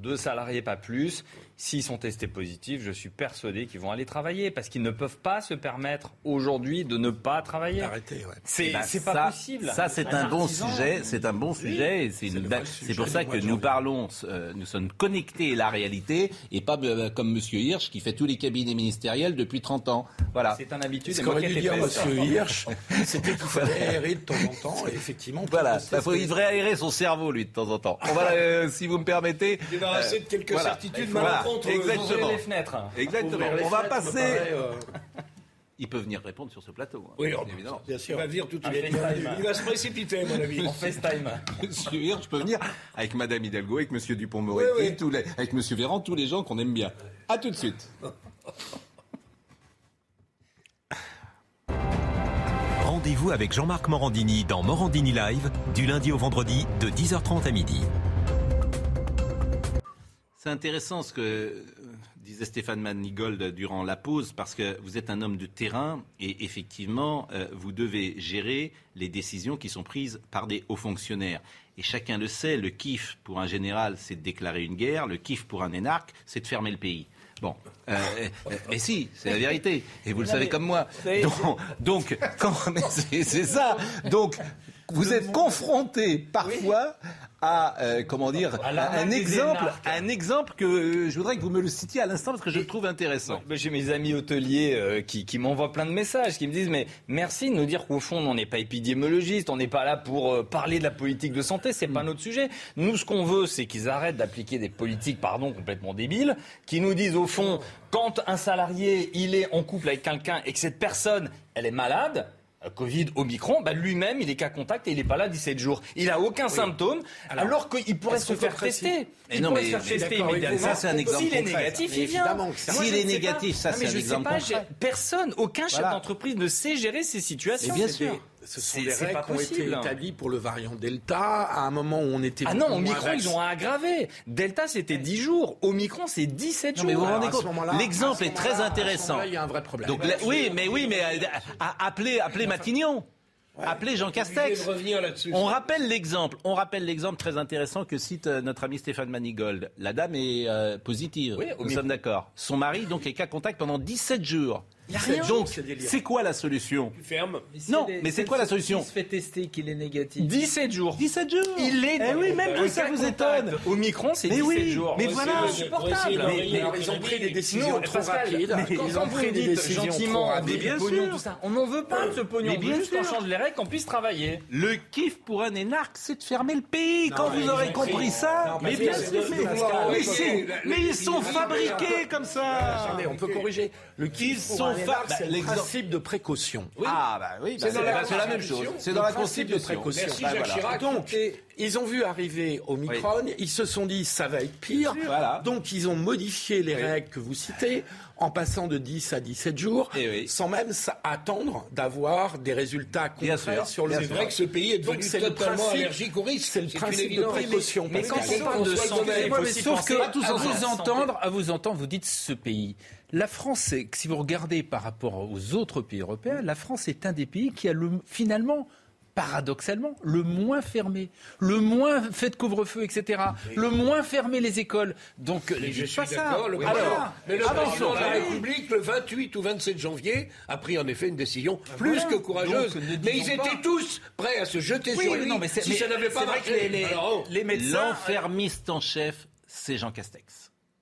deux salariés, pas plus. S'ils sont testés positifs, je suis persuadé qu'ils vont aller travailler parce qu'ils ne peuvent pas se permettre aujourd'hui de ne pas travailler. Arrêtez, ouais. C'est, eh ben, c'est pas ça, possible. Ça, c'est un, un bon sujet. C'est un bon sujet. Oui, et c'est, une, c'est, c'est pour ça que nous parlons, euh, nous sommes connectés à la réalité et pas euh, comme Monsieur Hirsch qui fait tous les cabinets ministériels depuis trente ans. Voilà. C'est un habitude. Ce qu'aurait dû dire Monsieur Hirsch, c'était qu'il fallait aérer de temps en temps. Et effectivement, voilà. Bah, faut, il devrait aérer son cerveau, lui, de temps en temps. On va, euh, si vous me permettez. Débarrasser de quelques voilà. certitudes voilà. contre Exactement. Les fenêtres. Exactement. Les on va fenêtres, passer. Paraît, euh... Il peut venir répondre sur ce plateau. Hein, oui, évidemment. Bien sûr. Il va venir tout de suite. Il va se précipiter, à mon avis. En FaceTime. Monsieur Hirsch, je peux venir avec Madame Hidalgo, avec Monsieur Dupond-Moretti, oui, oui. tous les, avec Monsieur Véran, tous les gens qu'on aime bien. À tout de suite. Rendez-vous avec Jean-Marc Morandini dans Morandini Live, du lundi au vendredi, de dix heures trente à midi. C'est intéressant ce que disait Stéphane Manigold durant la pause, parce que vous êtes un homme de terrain et effectivement, euh, vous devez gérer les décisions qui sont prises par des hauts fonctionnaires. Et chacun le sait, le kiff pour un général, c'est de déclarer une guerre, le kiff pour un énarque, c'est de fermer le pays. Bon, euh, euh, mais si, c'est la vérité, et vous le savez comme moi. Donc, donc quand, mais c'est, c'est ça. Donc, vous êtes confronté parfois à, euh, comment dire, à un exemple, un exemple que euh, je voudrais que vous me le citiez à l'instant parce que je le trouve intéressant. J'ai mes amis hôteliers euh, qui, qui m'envoient plein de messages, qui me disent mais merci de nous dire qu'au fond on n'est pas épidémiologiste, on n'est pas là pour euh, parler de la politique de santé, c'est mm. pas notre sujet. Nous ce qu'on veut c'est qu'ils arrêtent d'appliquer des politiques, pardon, complètement débiles, qui nous disent au fond quand un salarié il est en couple avec quelqu'un et que cette personne elle est malade. Covid, Omicron, bah lui-même, il est cas contact et il n'est pas là dix-sept jours. Il n'a aucun oui. symptôme, alors, alors qu'il pourrait se faire tester. Mais il non, pourrait mais, se faire tester immédiatement. Ça, c'est un exemple S'il est négatif, il vient. S'il est négatif, ça, c'est un exemple concret. Personne, aucun chef voilà. d'entreprise ne sait gérer ces situations. Et bien sûr. Ce sont c'est, des règles qui ont été établies pour le variant Delta à un moment où on était... Ah non, Omicron, ils ont aggravé. Delta, c'était dix jours. Omicron, c'est dix-sept jours. Non, mais vous vous rendez compte, l'exemple est très intéressant. Il y a un vrai problème. Donc, là, oui, mais oui, mais appelez, appelez Matignon. Ouais. Appelez Jean Castex. On rappelle l'exemple. On rappelle l'exemple très intéressant que cite euh, notre ami Stéphane Manigold. La dame est euh, positive. Oui, nous sommes d'accord. Son mari donc est cas contact pendant dix-sept jours. Il y a rien. Donc, c'est quoi la solution? Tu fermes. Mais non, des, mais c'est quoi la solution? Il se fait tester qu'il est négatif. dix-sept jours. dix-sept jours. Il est. Eh oui, même vous, ça vous étonne. Omicron, c'est mais dix-sept oui, jours. Mais voilà. C'est insupportable. Mais, mais ils ont pris des décisions trop rapides. Ils ont pris des décisions gentiment, des pognon, tout ça. On n'en veut pas de ce pognon. On veut juste qu'on change les règles, qu'on puisse travailler. Le kiff pour un énarque, c'est de fermer le pays. Quand vous aurez compris ça. Mais bien sûr. Mais ils sont fabriqués comme ça. Attendez, on peut corriger. Le kiff sont fabriqués. Principe de précaution. Oui. Ah bah oui, bah c'est, c'est, la, c'est la même chose. C'est dans le la principe de précaution. Merci bah, Jacques voilà. Chirac. Donc, ils ont vu arriver Omicron, oui. Ils se sont dit ça va être pire. Voilà. Donc ils ont modifié les oui. règles que vous citez en passant de dix à dix-sept jours, oui. sans même attendre d'avoir des résultats concrets sur le. C'est vrai que ce pays est devenu c'est totalement allergique au risque. C'est le principe de précaution. Mais quand on parle de santé, sauf que à vous entendre, à vous entendre, vous dites ce pays. La France, si vous regardez par rapport aux autres pays européens, la France est un des pays qui a le, finalement, paradoxalement, le moins fermé, le moins fait de couvre-feu, et cetera, oui. le moins fermé les écoles. Donc, mais je suis pas d'accord. Ça. Le Alors, voilà. Mais le avançons, président de la République, le vingt-huit ou vingt-sept janvier, a pris en effet une décision plus voilà. que courageuse. Donc, mais ils étaient pas. tous prêts à se jeter oui, sur lui non, mais si mais ça n'avait pas marché. Les, les, Alors, les médecins, l'enfermiste en chef, c'est Jean Castex.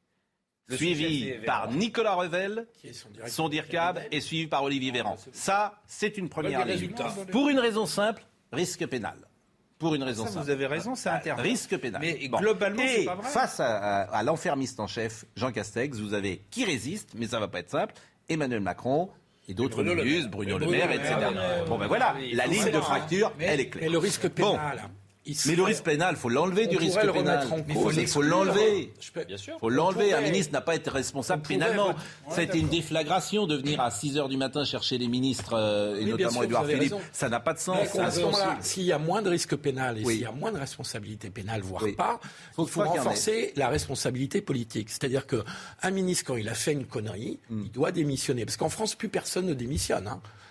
Le suivi par Nicolas Revel, son, son D I R C A B, et suivi par Olivier Véran. Ça, c'est une première ligne. Pour une raison simple, risque pénal. Pour une raison ça, simple. Vous avez raison, c'est interdit. Risque pénal. Mais bon. globalement, et c'est pas vrai. Face à, à, à l'enfermiste en chef, Jean Castex, vous avez qui résiste, mais ça va pas être simple, Emmanuel Macron et d'autres ministres, Bruno Le Maire, et cetera. Bon ben voilà, la ligne de fracture, elle est claire. Mais le risque pénal... Mais le risque pénal, il faut l'enlever du risque pénal. Il faut, il faut l'enlever. Il faut l'enlever. Un ministre n'a pas été responsable pénalement. Ça a été une déflagration de venir à six heures du matin chercher les ministres, euh, et oui, notamment Édouard Philippe. Raison. Ça n'a pas de sens. À ce moment-là, s'il y a moins de risque pénal et oui. s'il y a moins de responsabilité pénale, voire oui. pas, faut il faut renforcer la responsabilité politique. C'est-à-dire qu'un ministre, quand il a fait une connerie, mm. il doit démissionner. Parce qu'en France, plus personne ne démissionne. Hein.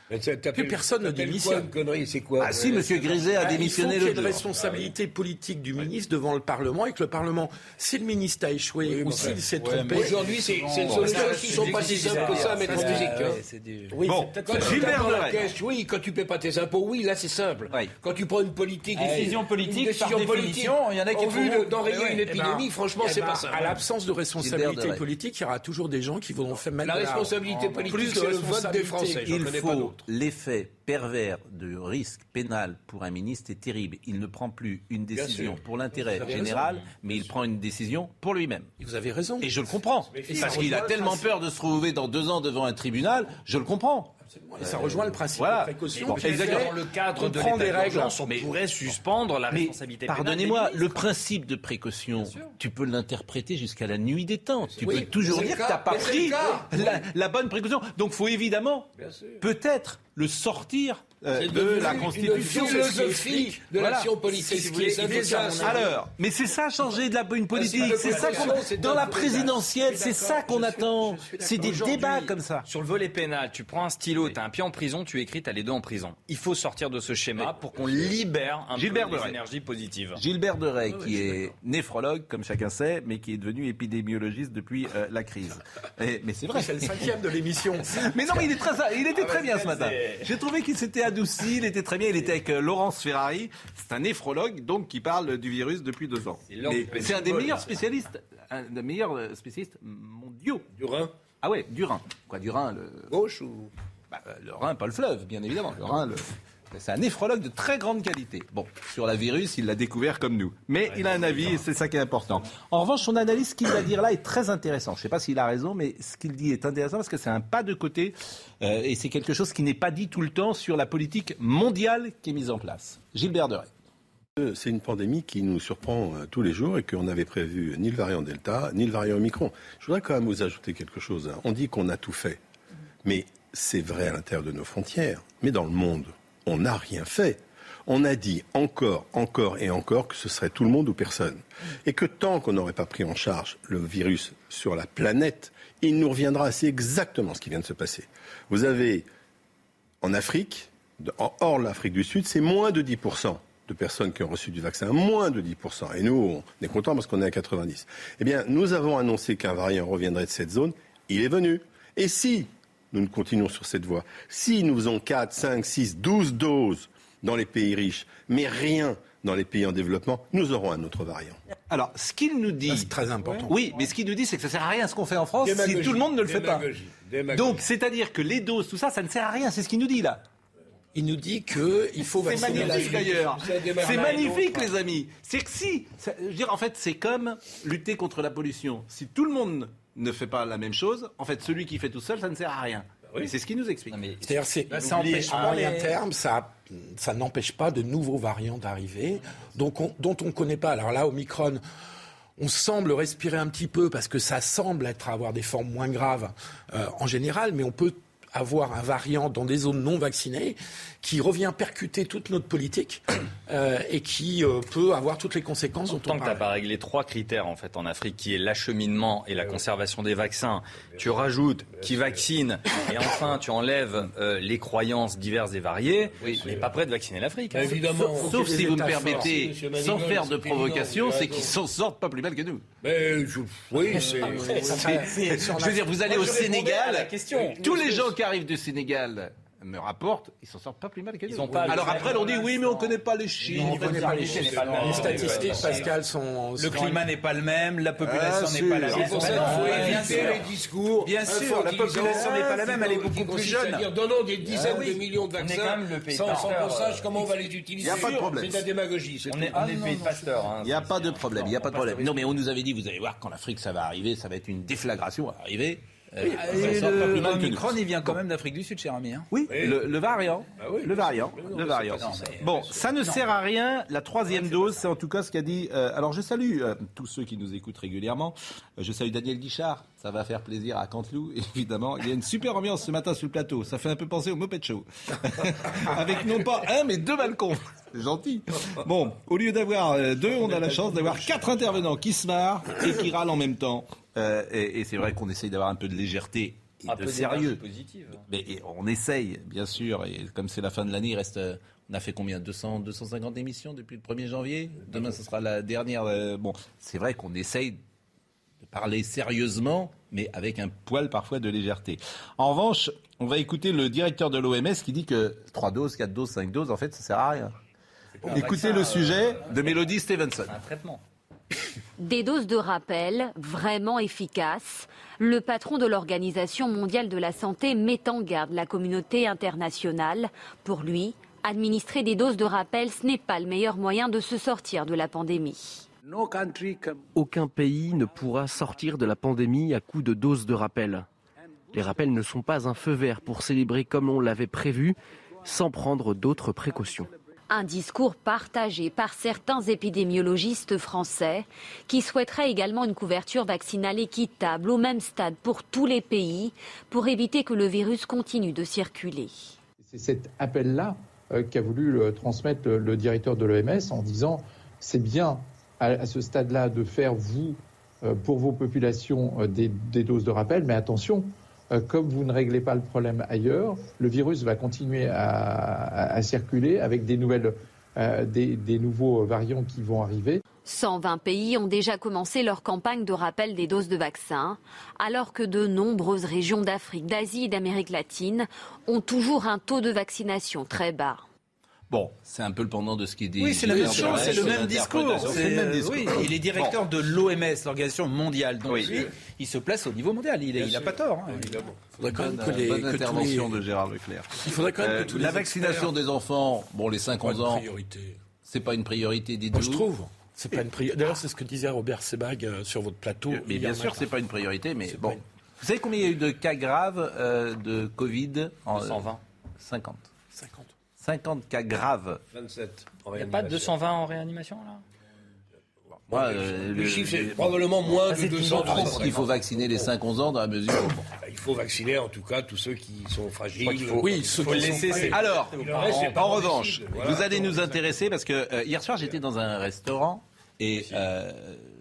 Que personne ne démissionne. Connerie, c'est quoi? Ah si, Monsieur Griset a démissionné le jour. Il faut qu'il y ait jour. une responsabilité politique du ministre devant le Parlement et que le Parlement, si le ministre a échoué oui, ou s'il ouais. s'est trompé... Ouais, aujourd'hui, c'est, c'est une solution qui ne sont pas si simples que ça à mettre en musique. Hein. C'est du... oui, bon, quand tu prends la caisse, oui, quand tu ne paies pas tes impôts, oui, là c'est simple. Oui. Quand tu prends une politique... Décision politique, une décision par définition, il y en a qui ont vu d'enrayer une épidémie, franchement, c'est pas ça. À l'absence de responsabilité politique, il y aura toujours des gens qui vont faire mettre... La responsabilité politique, c'est le vote des Français. Il faut l'effet pervers de risque pénal pour un ministre est terrible. Il ne prend plus une décision pour l'intérêt général, raison. mais il prend une décision pour lui-même. Vous avez raison. Et je le comprends. Parce qu'il a tellement peur de se retrouver dans deux ans devant un tribunal, je le comprends. Et ça rejoint le principe voilà. de précaution. Bon, exactement. Dans le cadre de l'état d'urgence, on mais, pourrait suspendre la mais responsabilité pénale. Pardonnez-moi, le principe de précaution, tu peux l'interpréter jusqu'à la nuit des temps. Tu oui, peux toujours dire que tu n'as pas pris la, la bonne précaution. Donc il faut évidemment, peut-être, le sortir euh, de la Constitution. Une philosophie de voilà. l'action politique. C'est ce qui est alors, mais c'est ça changer de la une politique. C'est ça qu'on dans la présidentielle, c'est ça qu'on attend. C'est des débats comme ça. Sur le volet pénal, tu prends un stylo, tu as un pied en prison, tu écris, tu as les deux en prison. Il faut sortir de ce schéma pour qu'on libère un Gilbert peu les énergies positives. Gilbert Deray, qui est néphrologue, comme chacun sait, mais qui est devenu épidémiologiste depuis euh, la crise. Et, mais c'est vrai. C'est le cinquième de l'émission. Mais non, mais il, est très, il était très bien ce matin. J'ai trouvé qu'il s'était adouci, il était très bien. Il était avec euh, Laurence Ferrari. C'est un néphrologue, donc, qui parle du virus depuis deux ans. Mais, mais c'est un des meilleurs spécialistes, un des meilleurs spécialistes mondiaux. Du rein. Ah ouais, du rein. Quoi, du rein, le... Gauche ou... Bah, le Rhin, pas le fleuve, bien évidemment. Le Rhin, le... c'est un néphrologue de très grande qualité. Bon, sur la virus, il l'a découvert comme nous. Mais il a un avis et c'est ça qui est important. En revanche, son analyse, ce qu'il va dire là est très intéressant. Je ne sais pas s'il a raison, mais ce qu'il dit est intéressant parce que c'est un pas de côté euh, et c'est quelque chose qui n'est pas dit tout le temps sur la politique mondiale qui est mise en place. Gilbert Deray. C'est une pandémie qui nous surprend euh, tous les jours et qu'on n'avait prévu ni le variant Delta, ni le variant Omicron. Je voudrais quand même vous ajouter quelque chose. Hein. On dit qu'on a tout fait. Mais c'est vrai à l'intérieur de nos frontières. Mais dans le monde, on n'a rien fait. On a dit encore, encore et encore que ce serait tout le monde ou personne. Et que tant qu'on n'aurait pas pris en charge le virus sur la planète, il nous reviendra. C'est exactement ce qui vient de se passer. Vous avez, en Afrique, hors l'Afrique du Sud, c'est moins de dix pour cent. De personnes qui ont reçu du vaccin, moins de dix pour cent. Et nous, on est contents parce qu'on est à quatre-vingt-dix. Eh bien, nous avons annoncé qu'un variant reviendrait de cette zone. Il est venu. Et si nous continuons sur cette voie, si nous faisons quatre, cinq, six, douze doses dans les pays riches, mais rien dans les pays en développement, nous aurons un autre variant. Alors, ce qu'il nous dit... Ça, c'est très important. Oui, mais ce qu'il nous dit, c'est que ça ne sert à rien ce qu'on fait en France Démagogie. si tout le monde ne le fait Démagogie. pas. Démagogie. Donc, c'est-à-dire que les doses, tout ça, ça ne sert à rien. C'est ce qu'il nous dit, là. Il nous dit qu'il faut vacciner la magnifique d'ailleurs. C'est magnifique, les amis. C'est que si, ça, je veux dire, en fait, c'est comme lutter contre la pollution. Si tout le monde ne fait pas la même chose, en fait, celui qui fait tout seul, ça ne sert à rien. Oui. Et c'est ce qu'il nous explique. Mais c'est-à-dire, c'est, là, ça empêche à moyen les... terme, ça, ça n'empêche pas de nouveaux variants d'arriver, donc on, dont on ne connaît pas. Alors là, Omicron, on semble respirer un petit peu parce que ça semble être avoir des formes moins graves euh, en général, mais on peut avoir un variant dans des zones non vaccinées qui revient percuter toute notre politique euh, et qui euh, peut avoir toutes les conséquences dont on parle. Tant que tu n'as pas réglé trois critères en fait en Afrique, qui est l'acheminement et la conservation des vaccins, tu rajoutes qui vaccine et enfin tu enlèves euh, les croyances diverses et variées, oui, mais pas prêt de vacciner l'Afrique. Hein. Évidemment. Sauf, sauf si vous me permettez, sans faire de provocation, c'est qu'ils s'en sortent pas plus mal que nous. Mais je, oui, c'est, Après, c'est, c'est, je veux dire, vous allez au Sénégal, la question. Tous les gens qui arrivent du Sénégal me rapportent, ils s'en sortent pas plus mal que nous. Alors après, on dit oui, mais on ne connaît pas les chiffres. On ne connaît pas les chiffres. Les statistiques, Pascal, sont... Le climat n'est pas le même, la population ah, n'est pas la même. C'est pour ça qu'il faut éviter les discours. Bien sûr, la population n'est pas la même, elle est beaucoup plus jeune. C'est-à-dire, donnons des dizaines ah, oui. de millions de vaccins sans, sans qu'on sache comment on va les utiliser. Il n'y a pas de problème. C'est de la démagogie. On est le pays de Pasteur. Il n'y a pas de problème, il n'y a pas de problème. Non, mais on nous avait dit, vous allez voir, quand l'Afrique, ça va arriver, ça va être une déflagration à arriver. Oui, et le Omicron, il vient quand même d'Afrique du Sud, cher ami. Hein. Oui, oui. Le, le variant. Ah oui, le variant. Non, le variant. Non, mais, bon, ça ne non. sert à rien. La troisième ouais, dose, c'est en tout cas ce qu'a dit. Euh, alors, je salue euh, tous ceux qui nous écoutent régulièrement. Euh, je salue Daniel Guichard. Ça va faire plaisir à Canteloup, évidemment. Il y a une super ambiance ce matin sur le plateau. Ça fait un peu penser au Moped Show. Avec non pas un, mais deux balcons. C'est gentil. Bon, au lieu d'avoir euh, deux, on a la chance d'avoir quatre intervenants qui se marrent et qui râlent en même temps. Euh, et, et c'est vrai qu'on essaye d'avoir un peu de légèreté et un de peu sérieux. Positive. Mais et on essaye, bien sûr, et comme c'est la fin de l'année, il reste. On a fait combien deux cents, deux cent cinquante émissions depuis le premier janvier. Demain, ce sera la dernière. Euh, bon, c'est vrai qu'on essaye de parler sérieusement, mais avec un poil parfois de légèreté. En revanche, on va écouter le directeur de l'O M S qui dit que trois doses, quatre doses, cinq doses, en fait, ça sert à rien. Écoutez vaccin, le sujet euh, de Mélodie Stevenson. Un traitement. Des doses de rappel vraiment efficaces. Le patron de l'Organisation mondiale de la santé met en garde la communauté internationale. Pour lui, administrer des doses de rappel, ce n'est pas le meilleur moyen de se sortir de la pandémie. Aucun pays ne pourra sortir de la pandémie à coup de doses de rappel. Les rappels ne sont pas un feu vert pour célébrer comme on l'avait prévu, sans prendre d'autres précautions. Un discours partagé par certains épidémiologistes français qui souhaiteraient également une couverture vaccinale équitable au même stade pour tous les pays pour éviter que le virus continue de circuler. C'est cet appel-là euh, qu'a voulu le, transmettre le, le directeur de l'O M S en disant c'est bien à, à ce stade-là de faire, vous, euh, pour vos populations, euh, des, des doses de rappel, mais attention, euh, comme vous ne réglez pas le problème ailleurs, le virus va continuer à, à, à circuler avec des, nouvelles, euh, des, des nouveaux variants qui vont arriver. cent vingt pays ont déjà commencé leur campagne de rappel des doses de vaccins, alors que de nombreuses régions d'Afrique, d'Asie et d'Amérique latine ont toujours un taux de vaccination très bas. Bon, c'est un peu le pendant de ce qui dit. Oui, c'est la même chose, c'est le même discours. C'est le même discours. Oui, il est directeur bon. de l'O M S, l'Organisation mondiale. Donc oui. lui, il se place au niveau mondial. Il n'a pas tort. Hein. Évidemment. Il faudrait quand même que les bonne que intervention les... de Gérard Leclerc. Il faudrait quand même euh, que tous la les vaccination experts... des enfants, bon, les cinq onze ans, c'est pas une priorité des deux. Je trouve. C'est pas une priorité. D'ailleurs, c'est ce que disait Robert Sebag euh, sur votre plateau. Mais bien sûr, c'est pas une priorité, mais bon. Une... Vous savez combien il y a eu de cas graves euh, de Covid en cent vingt cinquante cinquante cinquante cas graves. vingt-sept. Il n'y a pas de deux cent vingt en réanimation, là Moi, euh, le, le chiffre, c'est probablement moins de deux cents. Il faut vacciner les cinq onze ans dans la mesure où... Il faut vacciner, en tout cas, tous ceux qui sont fragiles. Il faut, oui, ceux faut qui laisser. Sont... Alors, en, en revanche, voilà, vous allez nous intéresser, parce que euh, hier soir, j'étais dans un restaurant, et euh,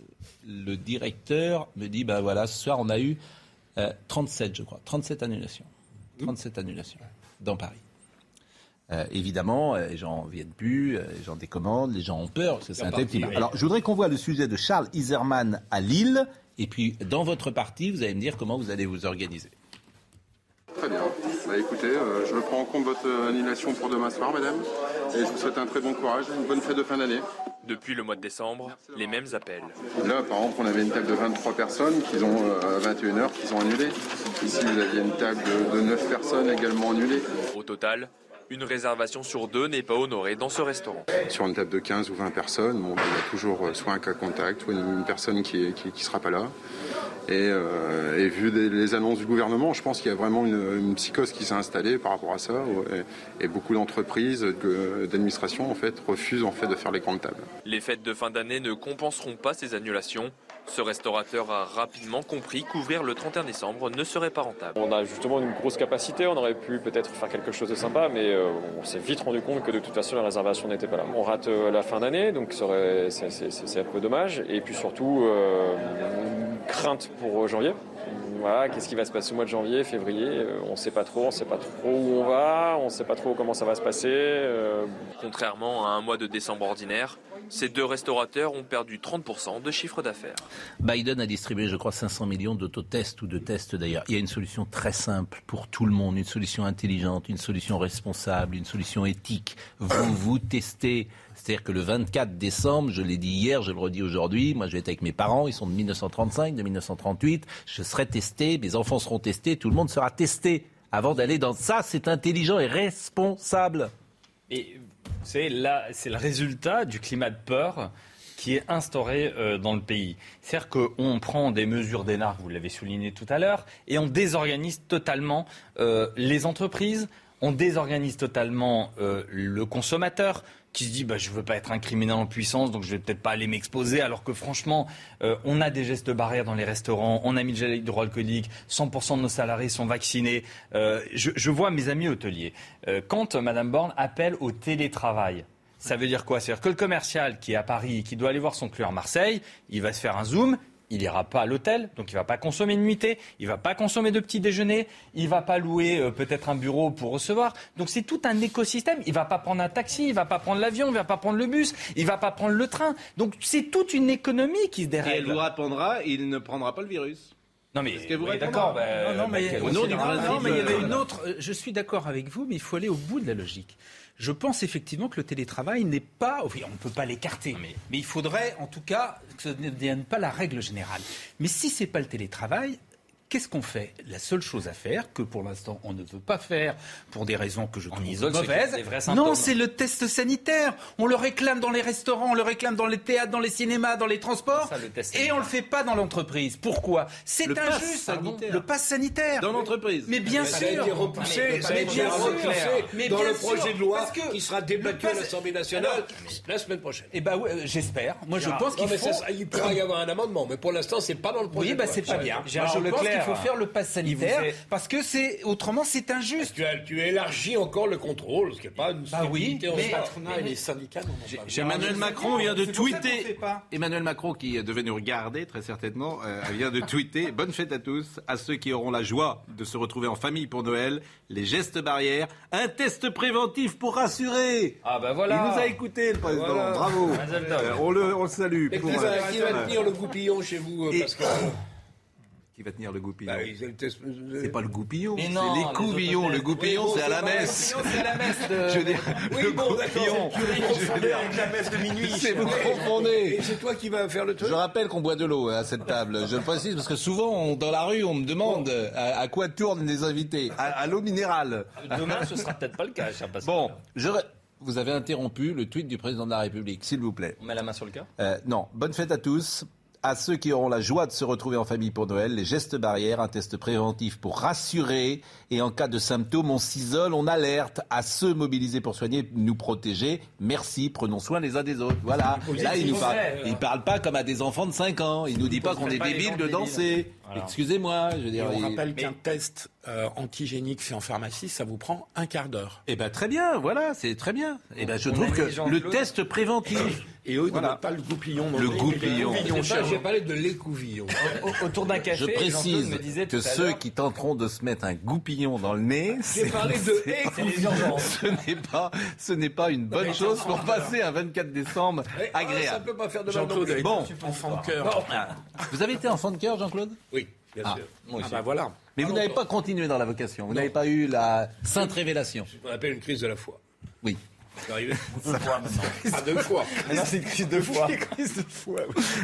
le directeur me dit, ben voilà, ce soir, on a eu euh, trente-sept, je crois, trente-sept annulations. trente-sept annulations dans Paris. Euh, évidemment, euh, les gens viennent plus, euh, les gens décommandent, les gens ont peur, parce que c'est un tel climat. Alors, je voudrais qu'on voit le sujet de Charles Iserman à Lille, et puis dans votre parti, vous allez me dire comment vous allez vous organiser. Très bien. Bah, écoutez, euh, je prends en compte votre annulation pour demain soir, madame, et je vous souhaite un très bon courage, une bonne fête de fin d'année. Depuis le mois de décembre, les mêmes appels. Là, par exemple, on avait une table de vingt-trois personnes qui ont euh, à vingt et une heures, qui sont annulées. Ici, vous aviez une table de, de neuf personnes également annulées. Au total, une réservation sur deux n'est pas honorée dans ce restaurant. Sur une table de quinze ou vingt personnes, bon, il y a toujours soit un cas contact, soit une personne qui ne qui, qui sera pas là. Et, euh, et vu des, les annonces du gouvernement, je pense qu'il y a vraiment une, une psychose qui s'est installée par rapport à ça. Et, et beaucoup d'entreprises, d'administration, en fait, refusent en fait, de faire les grandes tables. Les fêtes de fin d'année ne compenseront pas ces annulations. Ce restaurateur a rapidement compris qu'ouvrir le trente et un décembre ne serait pas rentable. On a justement une grosse capacité, on aurait pu peut-être faire quelque chose de sympa, mais euh, on s'est vite rendu compte que de toute façon la réservation n'était pas là. On rate euh, la fin d'année, donc c'est, c'est, c'est un peu dommage. Et puis surtout, euh, une crainte pour janvier. Voilà, qu'est-ce qui va se passer au mois de janvier, février, euh, on ne sait pas trop, on ne sait pas trop où on va, on ne sait pas trop comment ça va se passer. Euh... Contrairement à un mois de décembre ordinaire, ces deux restaurateurs ont perdu trente pour cent de chiffre d'affaires. Biden a distribué, je crois, cinq cents millions d'autotests ou de tests d'ailleurs. Il y a une solution très simple pour tout le monde, une solution intelligente, une solution responsable, une solution éthique. Vous vous testez. C'est-à-dire que le vingt-quatre décembre, je l'ai dit hier, je le redis aujourd'hui, moi je vais être avec mes parents, ils sont de dix-neuf cent trente-cinq, de dix-neuf cent trente-huit, je serai testé, mes enfants seront testés, tout le monde sera testé avant d'aller dans ça. C'est intelligent et responsable. Et c'est, là, c'est le résultat du climat de peur qui est instauré euh, dans le pays. C'est-à-dire qu'on prend des mesures d'énarque, vous l'avez souligné tout à l'heure, et on désorganise totalement euh, les entreprises, on désorganise totalement euh, le consommateur qui se dit bah, je ne veux pas être un criminel en puissance, donc je ne vais peut-être pas aller m'exposer, alors que franchement, euh, on a des gestes barrières dans les restaurants, on a mis le gel hydroalcoolique, cent pour cent de nos salariés sont vaccinés. Euh, je, je vois mes amis hôteliers, euh, quand Mme Borne appelle au télétravail, ça veut dire quoi ? C'est-à-dire que le commercial qui est à Paris, qui doit aller voir son client à Marseille, il va se faire un Zoom, il ira pas à l'hôtel, donc il va pas consommer de nuitée, il va pas consommer de petit déjeuner, il va pas louer euh, peut-être un bureau pour recevoir. Donc c'est tout un écosystème. Il va pas prendre un taxi, il va pas prendre l'avion, il va pas prendre le bus, il va pas prendre le train. Donc c'est toute une économie qui se dérègle. Et elle vous répondra, il ne prendra pas le virus. Non mais Est-ce que vous oui, répondra d'accord. Bah, non, non, mais, bah, au nom du principe, non, mais il y avait euh, une autre. Je suis d'accord avec vous, mais il faut aller au bout de la logique. Je pense effectivement que le télétravail n'est pas... Oui, on ne peut pas l'écarter, mais, mais il faudrait en tout cas que ce ne devienne pas la règle générale. Mais si ce n'est pas le télétravail, qu'est-ce qu'on fait ? La seule chose à faire, que pour l'instant on ne veut pas faire, pour des raisons que je trouve mauvaises, non, c'est le test sanitaire. On le réclame dans les restaurants, on le réclame dans les théâtres, dans les cinémas, dans les transports, ça, le test et on ne le fait pas dans l'entreprise. Pourquoi ? C'est le injuste. Pass le pass sanitaire. Dans l'entreprise. Mais bien ça sûr. a été repoussé, ça a été repoussé mais dans bien le projet sûr, de loi que qui sera débattu à l'Assemblée nationale alors, la semaine prochaine. Eh ben, ouais, j'espère. Moi, je Gérard, pense qu'il non, mais faut... ça, il pourra y avoir un amendement, mais pour l'instant, c'est pas dans le projet oui, de bah, loi. c'est pas bien. Gérard Moi, je Leclerc, pense qu'il faut faire le pass sanitaire est... parce que c'est autrement c'est injuste. Tu, as, tu élargis encore le contrôle, ce qui n'est pas une bah oui, en mais, mais, et les syndicats n'en ont pas. Emmanuel Macron vient de tweeter. Emmanuel Macron, qui devait nous regarder très certainement, euh, vient de tweeter. Bonne fête à tous, à ceux qui auront la joie de se retrouver en famille pour Noël. Les gestes barrières, un test préventif pour rassurer. Ah ben voilà. Il nous a écouté le président. Voilà. Bravo. Euh, on le on le salue. Et pour, qui, va, euh, qui va tenir le goupillon chez vous, et... Pascal? Qui va tenir le goupillon? Bah, test... C'est pas le goupillon, c'est non, les couvillons. Le goupillon, oui, bon, c'est à la messe. C'est la messe de... Je veux dire, oui, le bon, goupillon. Je avec la messe de minuit. C'est vous confondez. Et c'est toi qui vas faire le truc. Je rappelle qu'on boit de l'eau à cette table. Je le précise parce que souvent, on, dans la rue, on me demande bon. à, à quoi tournent les invités. À, à l'eau minérale. Demain, ce sera peut-être pas le cas, cher Pascal. Bon, je... Vous avez interrompu le tweet du président de la République, s'il vous plaît. On met la main sur le cœur. euh, Non, bonne fête à tous. À ceux qui auront la joie de se retrouver en famille pour Noël, les gestes barrières, un test préventif pour rassurer et en cas de symptômes, on s'isole, on alerte. À ceux mobilisés pour soigner, nous protéger. Merci, prenons soin les uns des autres. Voilà. Là, il ne parle, il parle pas comme à des enfants de cinq ans. Il nous dit pas qu'on est débiles de danser. Voilà. Excusez-moi. Je veux dire, et on il... rappelle qu'un test euh, antigénique fait en pharmacie, ça vous prend un quart d'heure. Eh ben très bien, voilà, c'est très bien. Eh ben je on trouve que le test préventif. Et eux, voilà. Pas le goupillon. Le goupillon. J'ai parlé de l'écouvillon. Autour d'un café, je précise me disait que ceux qui tenteront de se mettre un goupillon dans le nez, j'ai parlé de écouvillon. Ce n'est pas, ce n'est pas une bonne chose pour passer un vingt-quatre décembre agréable. Ça peut pas faire de mal. Jean-Claude, bon, enfant de cœur. Vous avez été enfant de cœur, Jean-Claude? Oui, bien ah. sûr. Moi aussi. Ah bah voilà. Mais vous n'avez pas continué dans la vocation. Vous n'avez pas eu la sainte révélation. C'est ce qu'on appelle une crise de la foi. Oui. C'est arrivé deux fois maintenant. Ah, deux fois. Maintenant, c'est une crise de foi. C'est une crise de foi.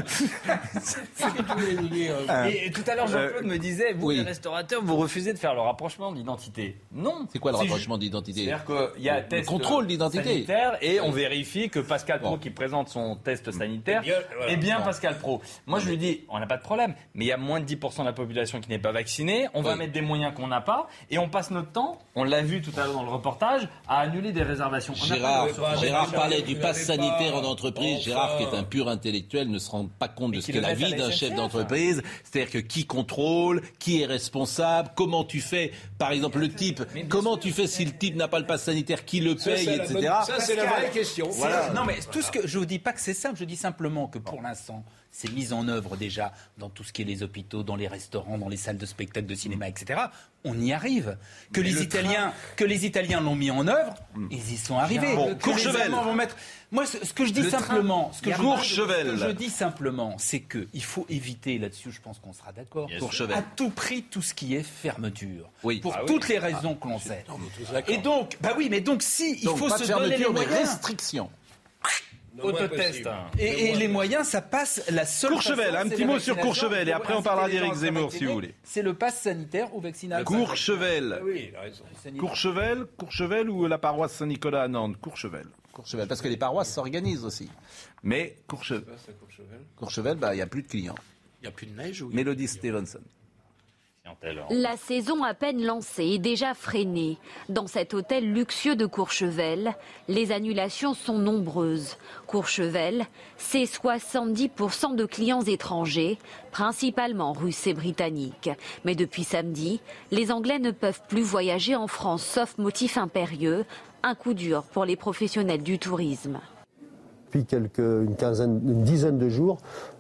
Et tout à l'heure, Jean-Claude me disait, vous, oui. les restaurateurs, vous refusez de faire le rapprochement d'identité. Non. C'est quoi le rapprochement d'identité? C'est-à-dire qu'il y a un test contrôle d'identité et on vérifie que Pascal Pro, bon. qui présente son test sanitaire, est bien, voilà. est bien bon. Pascal Pro. Moi, je lui dis, on n'a pas de problème, mais il y a moins de dix pour cent de la population qui n'est pas vaccinée. On oui. va mettre des moyens qu'on n'a pas et on passe notre temps, on l'a vu tout à l'heure dans le reportage, à annuler des réservations. Gérard, Gérard parlait du pass sanitaire en entreprise. Enfin. Gérard, qui est un pur intellectuel, ne se rend pas compte de ce qu'est la vie d'un chef d'entreprise. C'est-à-dire que qui contrôle, qui est responsable, comment tu fais, par exemple, le type, comment tu fais si le type n'a pas le pass sanitaire, qui le paye, et cetera. Ça, c'est la vraie question. Voilà. Non, mais tout ce que je vous dis pas que c'est simple. Je dis simplement que pour l'instant, c'est mis en œuvre déjà dans tout ce qui est les hôpitaux, dans les restaurants, dans les salles de spectacle, de cinéma, et cetera. On y arrive. Que mais les Italiens, train... que les Italiens l'ont mis en œuvre, mmh. ils y sont arrivés. Bon, Courchevel vont mettre. Moi, ce, ce que je dis le simplement, ce que je, Courchevel. ce que je dis simplement, c'est que il faut éviter là-dessus. Je pense qu'on sera d'accord. À tout prix, tout ce qui est fermeture. Oui. Pour ah, toutes oui. les raisons ah, que l'on sait. Non, Et donc, bah oui, mais donc si donc, il faut pas se de donner les moyens. Mais restriction. Autotest. Et, et les moyens, ça passe la seule Courchevel, façon, un petit mot sur Courchevel et après on parlera d'Éric Zemmour si vous voulez. C'est le pass sanitaire ou vaccinal. Courchevel. Ah oui, il a raison. Courchevel, Courchevel ou la paroisse Saint-Nicolas à Nantes? Courchevel. Courchevel, parce que les paroisses s'organisent aussi. Mais Courchevel. Courchevel, bah il y a plus de clients. Il y a plus de neige ou Mélodie Stevenson. La saison à peine lancée est déjà freinée. Dans cet hôtel luxueux de Courchevel, les annulations sont nombreuses. Courchevel, c'est soixante-dix pour cent de clients étrangers, principalement russes et britanniques. Mais depuis samedi, les Anglais ne peuvent plus voyager en France, sauf motif impérieux. Un coup dur pour les professionnels du tourisme. Depuis quelques, une quinzaine, une dizaine de jours,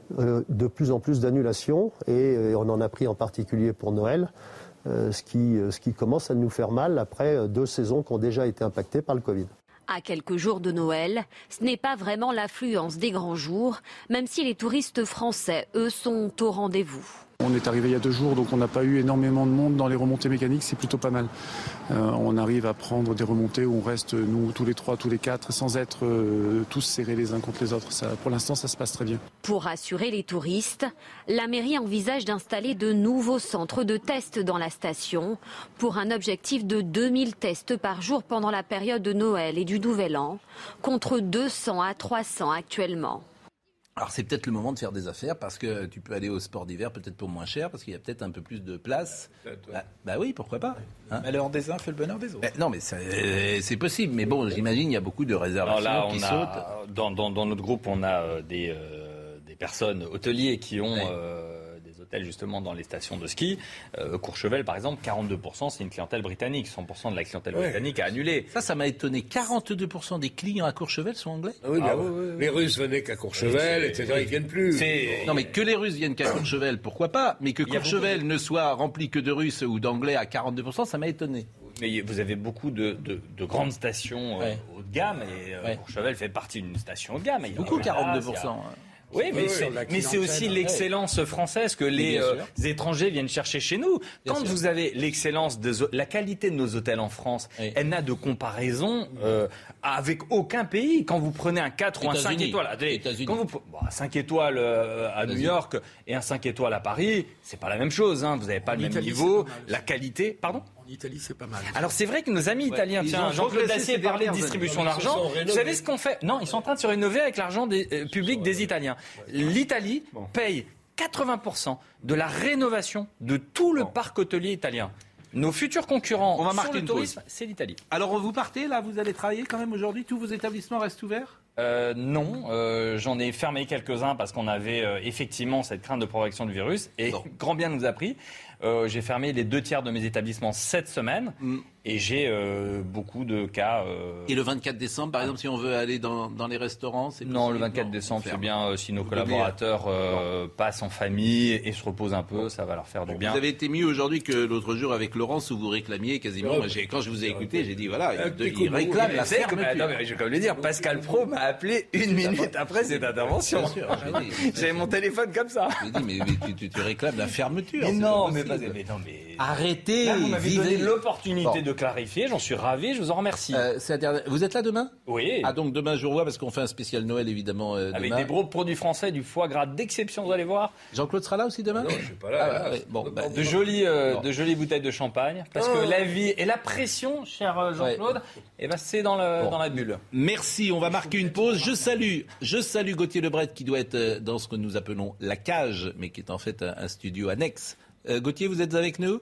euh, de plus en plus d'annulations et, et on en a pris en particulier pour Noël, euh, ce, qui, ce qui commence à nous faire mal après deux saisons qui ont déjà été impactées par le Covid. À quelques jours de Noël, ce n'est pas vraiment l'affluence des grands jours, même si les touristes français, eux, sont au rendez-vous. On est arrivé il y a deux jours, donc on n'a pas eu énormément de monde dans les remontées mécaniques, c'est plutôt pas mal. Euh, on arrive à prendre des remontées où on reste, nous, tous les trois, tous les quatre, sans être euh, tous serrés les uns contre les autres. Ça, pour l'instant, ça se passe très bien. Pour rassurer les touristes, la mairie envisage d'installer de nouveaux centres de tests dans la station pour un objectif de deux mille tests par jour pendant la période de Noël et du Nouvel An, contre deux cents à trois cents actuellement. Alors c'est peut-être le moment de faire des affaires parce que tu peux aller au sport d'hiver peut-être pour moins cher parce qu'il y a peut-être un peu plus de place. Bah, bah oui, pourquoi pas. Hein, malheur des uns fait le bonheur des autres. Eh, non mais c'est, c'est possible. Mais bon, j'imagine il y a beaucoup de réservations Alors là, qui on a, sautent. Dans, dans, dans notre groupe, on a euh, des, euh, des personnes hôteliers qui ont... Ouais. Euh, justement dans les stations de ski. Euh, Courchevel, par exemple, quarante-deux pour cent, c'est une clientèle britannique. cent pour cent de la clientèle ouais. britannique a annulé. Ça, ça m'a étonné. quarante-deux pour cent des clients à Courchevel sont anglais. Ah oui, ah, oui, oui, oui. Les Russes venaient qu'à Courchevel, et cetera. Ils viennent plus. C'est... Non, mais que les Russes viennent qu'à Courchevel, pourquoi pas. Mais que Courchevel de... ne soit rempli que de Russes ou d'Anglais à quarante-deux pour cent, ça m'a étonné. Mais vous avez beaucoup de, de, de grandes stations euh, ouais. haut de gamme. Et euh, ouais. Courchevel fait partie d'une station haut de gamme. Il y a beaucoup, quarante-deux pour cent. A... Oui, mais, oui, c'est, mais c'est aussi l'excellence française que les euh, étrangers viennent chercher chez nous. Bien Quand sûr. Vous avez l'excellence, de, la qualité de nos hôtels en France, oui. elle n'a de comparaison euh, avec aucun pays. Quand vous prenez un quatre ou un cinq étoiles, attendez, quand vous, bon, un cinq étoiles euh, à New York et un cinq étoiles à Paris, c'est pas la même chose. Hein. Vous n'avez pas en le même Italie, niveau, la qualité. Pardon ? En Italie, c'est pas mal. Alors c'est vrai que nos amis ouais, italiens, tiens, Jean-Claude Dacier parlait de distribution d'argent. Vous savez ce qu'on fait ? Non, ils sont en train de se rénover avec l'argent des, euh, public des Italiens. L'Italie bon. paye quatre-vingts pour cent de la rénovation de tout le bon. parc hôtelier italien. Nos futurs concurrents on va marquer sur le une tourisme, pause. C'est l'Italie. Alors vous partez là, vous allez travailler quand même aujourd'hui ? Tous vos établissements restent ouverts ? Euh, non, euh, j'en ai fermé quelques-uns parce qu'on avait euh, effectivement cette crainte de propagation du virus et bon. grand bien nous a pris. Euh, j'ai fermé les deux tiers de mes établissements cette semaine mm. et j'ai euh, beaucoup de cas. Euh... Et le vingt-quatre décembre, par exemple, si on veut aller dans, dans les restaurants, c'est non, le vingt-quatre décembre, c'est bien euh, si nos Vous collaborateurs euh, passent en famille et se reposent un peu, bon. ça va leur faire du bien. Vous avez été mieux aujourd'hui que l'autre jour avec Laurence où vous réclamiez quasiment. Ouais, moi, j'ai, quand je vous ai écouté, j'ai dit voilà, il, il réclame la fermeture. Que, non, mais je vais quand même le dire. Pascal Pro m'a appelé une minute après cette intervention. Bien sûr, j'avais mon téléphone comme ça. Je dit mais, mais tu, tu, tu réclames la fermeture. Mais non, mais pas. Mais non, mais... Arrêtez. Là, vous m'avez vivez. donné l'opportunité bon. de clarifier. J'en suis ravi. Je vous en remercie. Euh, c'est vous êtes là demain ? Oui. Ah donc demain je vous revois parce qu'on fait un spécial Noël évidemment. Euh, Avec demain. des gros produits français, du foie gras d'exception. Vous allez voir. Jean-Claude sera là aussi demain ? Non, je suis pas là. Ah, ah, ouais. Bon, bah, de jolies, euh, bon. de jolies bouteilles de champagne parce oh. que la vie et la pression, cher Jean-Claude, ouais. eh ben c'est dans le bon. dans la bulle. Merci. On va marquer une pause. Je salue, je salue Gauthier Lebret qui doit être dans ce que nous appelons la cage, mais qui est en fait un, un studio annexe. Euh, Gauthier, vous êtes avec nous ?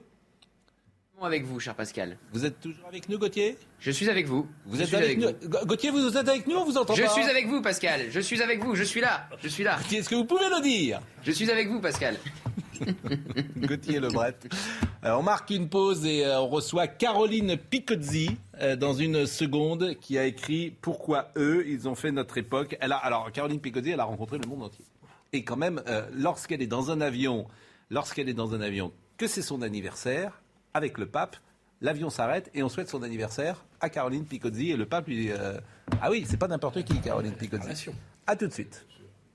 Avec vous, cher Pascal. Vous êtes toujours avec nous, Gauthier ? Je suis avec vous. Vous je êtes avec, avec nous. Vous. Gauthier, vous êtes avec nous, on vous entend je pas. Je suis avec vous, Pascal. Je suis avec vous. Je suis là. Je suis là. Gauthier, est-ce que vous pouvez le dire ? Je suis avec vous, Pascal. Gauthier Lebret. Alors, on marque une pause et euh, on reçoit Caroline Picozzi euh, dans une seconde qui a écrit « Pourquoi eux, ils ont fait notre époque ». Elle a, alors, Caroline Picozzi, elle a rencontré le monde entier. Et quand même, euh, lorsqu'elle est dans un avion, lorsqu'elle est dans un avion, que c'est son anniversaire, avec le pape, l'avion s'arrête et on souhaite son anniversaire à Caroline Picozzi. Et le pape lui dit euh, « Ah oui, c'est pas n'importe qui, Caroline Picozzi ». À tout de suite.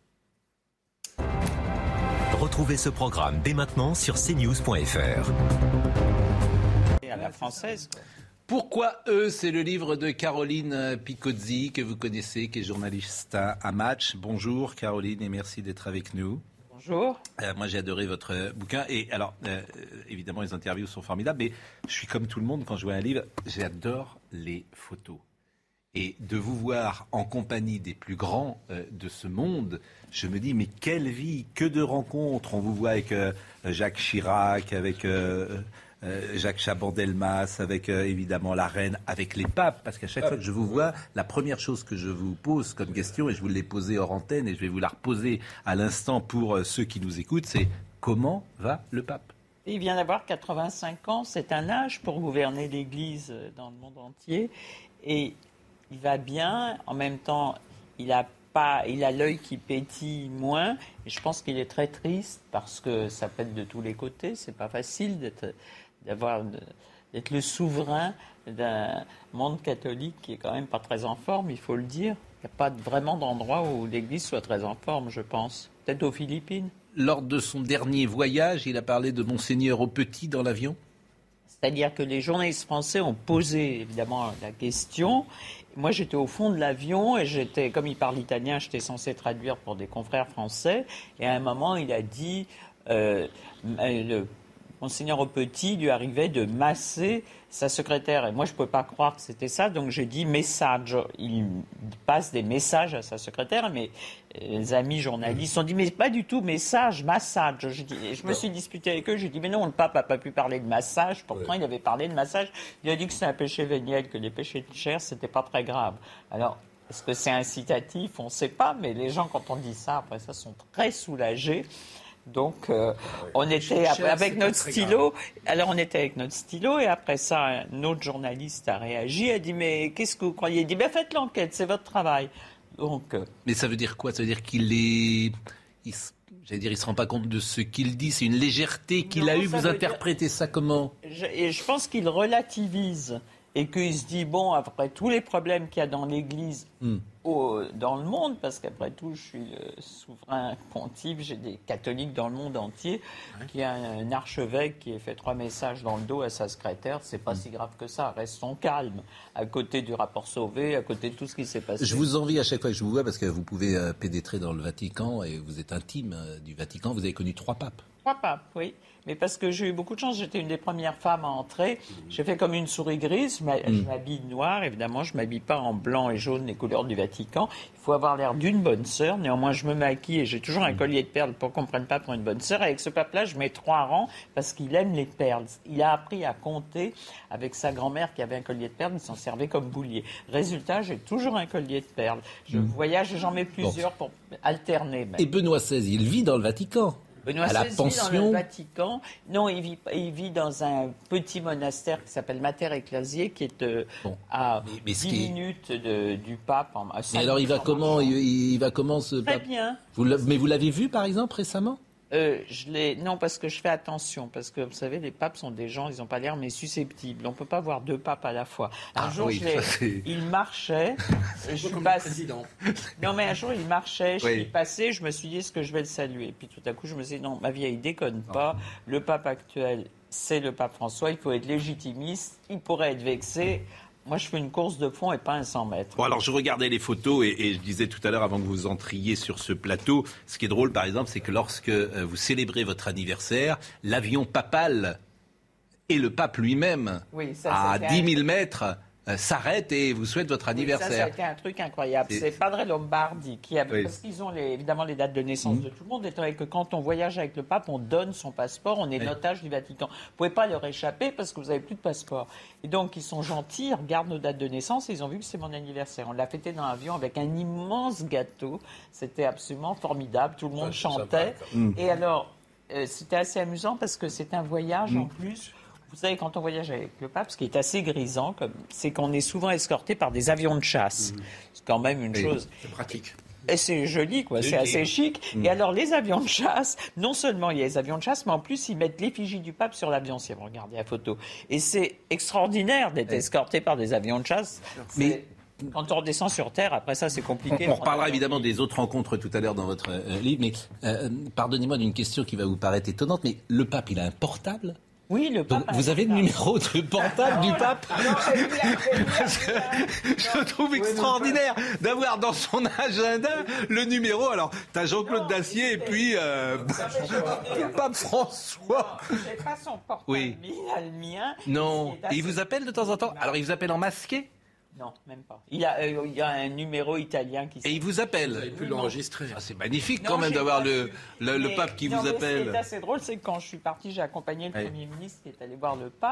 Retrouvez ce programme dès maintenant sur c news point f r. À la française. Pourquoi eux, c'est le livre de Caroline Picozzi que vous connaissez, qui est journaliste à Match. Bonjour Caroline et merci d'être avec nous. Bonjour. Euh, moi, j'ai adoré votre bouquin. Et alors, euh, évidemment, les interviews sont formidables. Mais je suis comme tout le monde quand je vois un livre. J'adore les photos. Et de vous voir en compagnie des plus grands euh, de ce monde, je me dis, mais quelle vie, que de rencontres. On vous voit avec euh, Jacques Chirac, avec euh, euh, Jacques Chaban-Delmas, avec euh, évidemment la reine, avec les papes. Parce qu'à chaque fois que je vous vois, la première chose que je vous pose comme question, et je vous l'ai posée hors antenne, et je vais vous la reposer à l'instant pour euh, ceux qui nous écoutent, c'est comment va le pape ? Il vient d'avoir quatre-vingt-cinq ans, c'est un âge pour gouverner l'Église dans le monde entier. Et il va bien, en même temps, il n'a pas, il a l'œil qui pétille moins. Et je pense qu'il est très triste parce que ça pète de tous les côtés. C'est pas facile d'être, d'avoir, d'être le souverain d'un monde catholique qui est quand même pas très en forme, il faut le dire. Il n'y a pas vraiment d'endroit où l'Église soit très en forme, je pense. Peut-être aux Philippines. Lors de son dernier voyage, il a parlé de Monseigneur Aupetit dans l'avion ? C'est-à-dire que les journalistes français ont posé évidemment la question. Moi, j'étais au fond de l'avion et j'étais, comme il parle italien, j'étais censé traduire pour des confrères français. Et à un moment, il a dit, euh, le Monseigneur Aupetit lui arrivait de masser sa secrétaire. Et moi, je ne pouvais pas croire que c'était ça, donc j'ai dit message. Il passe des messages à sa secrétaire, mais les amis journalistes ont dit, mais pas du tout message, massage. Je, dis, je me suis disputé avec eux, j'ai dit, mais non, le pape n'a pas pu parler de massage, pourtant ouais. il avait parlé de massage. Il a dit que c'est un péché véniel, que les péchés de chair, ce n'était pas très grave. Alors, est-ce que c'est incitatif ? On ne sait pas, mais les gens, quand on dit ça, après ça, sont très soulagés. Donc, euh, ouais. on était cher, avec notre stylo. Alors, on était avec notre stylo et après ça, un autre journaliste a réagi, a dit, mais qu'est-ce que vous croyez ? Il dit, ben faites l'enquête, c'est votre travail. Donc, euh... mais ça veut dire quoi ? Ça veut dire qu'il est... Il... J'allais dire, il ne se rend pas compte de ce qu'il dit. C'est une légèreté qu'il non, a eue. Vous interprétez dire... ça comment ? je, et je pense qu'il relativise et qu'il se dit, bon, après tous les problèmes qu'il y a dans l'Église, mm. au, dans le monde, parce qu'après tout, je suis le souverain pontife, j'ai des catholiques dans le monde entier, ouais. qui a un, un archevêque qui a fait trois messages dans le dos à sa secrétaire, c'est pas mm. si grave que ça, restons calmes, à côté du rapport Sauvé, à côté de tout ce qui s'est passé. Je vous envie à chaque fois que je vous vois, parce que vous pouvez euh, pénétrer dans le Vatican, et vous êtes intime euh, du Vatican, vous avez connu trois papes. Trois papes, oui. Mais parce que j'ai eu beaucoup de chance, j'étais une des premières femmes à entrer. J'ai fait comme une souris grise, je m'habille noir, évidemment, je ne m'habille pas en blanc et jaune, les couleurs du Vatican. Il faut avoir l'air d'une bonne sœur, néanmoins je me maquille et j'ai toujours un collier de perles pour qu'on ne me prenne pas pour une bonne sœur. Avec ce pape-là, je mets trois rangs parce qu'il aime les perles. Il a appris à compter avec sa grand-mère qui avait un collier de perles, il s'en servait comme boulier. Résultat, j'ai toujours un collier de perles. Je mmh. voyage et j'en mets plusieurs bon. pour alterner. Même. Et Benoît seize, il vit dans le Vatican. Benoît seize vit dans le Vatican. Non, il vit, il vit dans un petit monastère qui s'appelle Mater Ecclesiae, qui est euh, bon. à mais, mais dix minutes de, du pape. En, à mais alors, il va comment il, il va comment ce Très pape bien. Vous mais vous l'avez vu, par exemple, récemment ? Euh, je l'ai... Non, parce que je fais attention, parce que vous savez, les papes sont des gens, ils n'ont pas l'air, mais susceptibles. On ne peut pas voir deux papes à la fois. Un ah, jour, oui, je l'ai... c'est... il marchait, je suis passé... Non, mais un jour, il marchait, je oui. suis passé, je me suis dit, est-ce que je vais le saluer ? Et puis tout à coup, je me suis dit, non, ma vieille, déconne pas, non. Le pape actuel, c'est le pape François, il faut être légitimiste, il pourrait être vexé. Moi, je fais une course de fond et pas un cent mètres. Bon, alors, je regardais les photos et, et je disais tout à l'heure, avant que vous entriez sur ce plateau, ce qui est drôle, par exemple, c'est que lorsque euh, vous célébrez votre anniversaire, l'avion papal et le pape lui-même, oui, ça, à dix mille mètres, euh, s'arrête et vous souhaite votre anniversaire. Oui, ça, ça a été un truc incroyable. C'est, c'est Padre Lombardi qui a... Oui. Parce qu'ils ont les, évidemment les dates de naissance mmh. de tout le monde, étant donné que quand on voyage avec le pape, on donne son passeport, on est oui. notage du Vatican. Vous ne pouvez pas leur échapper parce que vous n'avez plus de passeport. Et donc, ils sont gentils, ils regardent nos dates de naissance et ils ont vu que c'est mon anniversaire. On l'a fêté dans l'avion avec un immense gâteau. C'était absolument formidable. Tout le monde ouais, chantait. Mmh. Et alors, euh, c'était assez amusant parce que c'est un voyage mmh. en plus... Vous savez, quand on voyage avec le pape, ce qui est assez grisant, comme, c'est qu'on est souvent escorté par des avions de chasse. Mmh. C'est quand même une oui, chose... C'est pratique. Et c'est joli, quoi. C'est, c'est assez chic. Mmh. Et alors, les avions de chasse, non seulement il y a les avions de chasse, mais en plus, ils mettent l'effigie du pape sur l'avion, si vous regardez la photo. Et c'est extraordinaire d'être oui. escorté par des avions de chasse. Mais... Quand on redescend sur Terre, après ça, c'est compliqué. On, on reparlera évidemment des autres rencontres tout à l'heure dans votre euh, livre, mais euh, pardonnez-moi d'une question qui va vous paraître étonnante, mais le pape, il a un portable ? Oui, le pape. Donc, vous avez le numéro de portable du pape ? Je trouve extraordinaire d'avoir dans son agenda le numéro. Alors, t'as Jean-Claude non, Dacier et puis euh, pape François. C'est pas son portable, oui. Mais il a le mien. Non. Et il vous appelle de temps en temps ? Alors, il vous appelle en masqué ? Non, même pas. Il y a, euh, il y a un numéro italien qui... Et il vous appelle. Vous avez pu l'enregistrer. Ah, c'est magnifique non, quand même d'avoir le, le, le pape qui non, vous appelle. Ce qui est assez drôle, c'est que quand je suis parti, j'ai accompagné le oui. Premier ministre qui est allé voir le pape.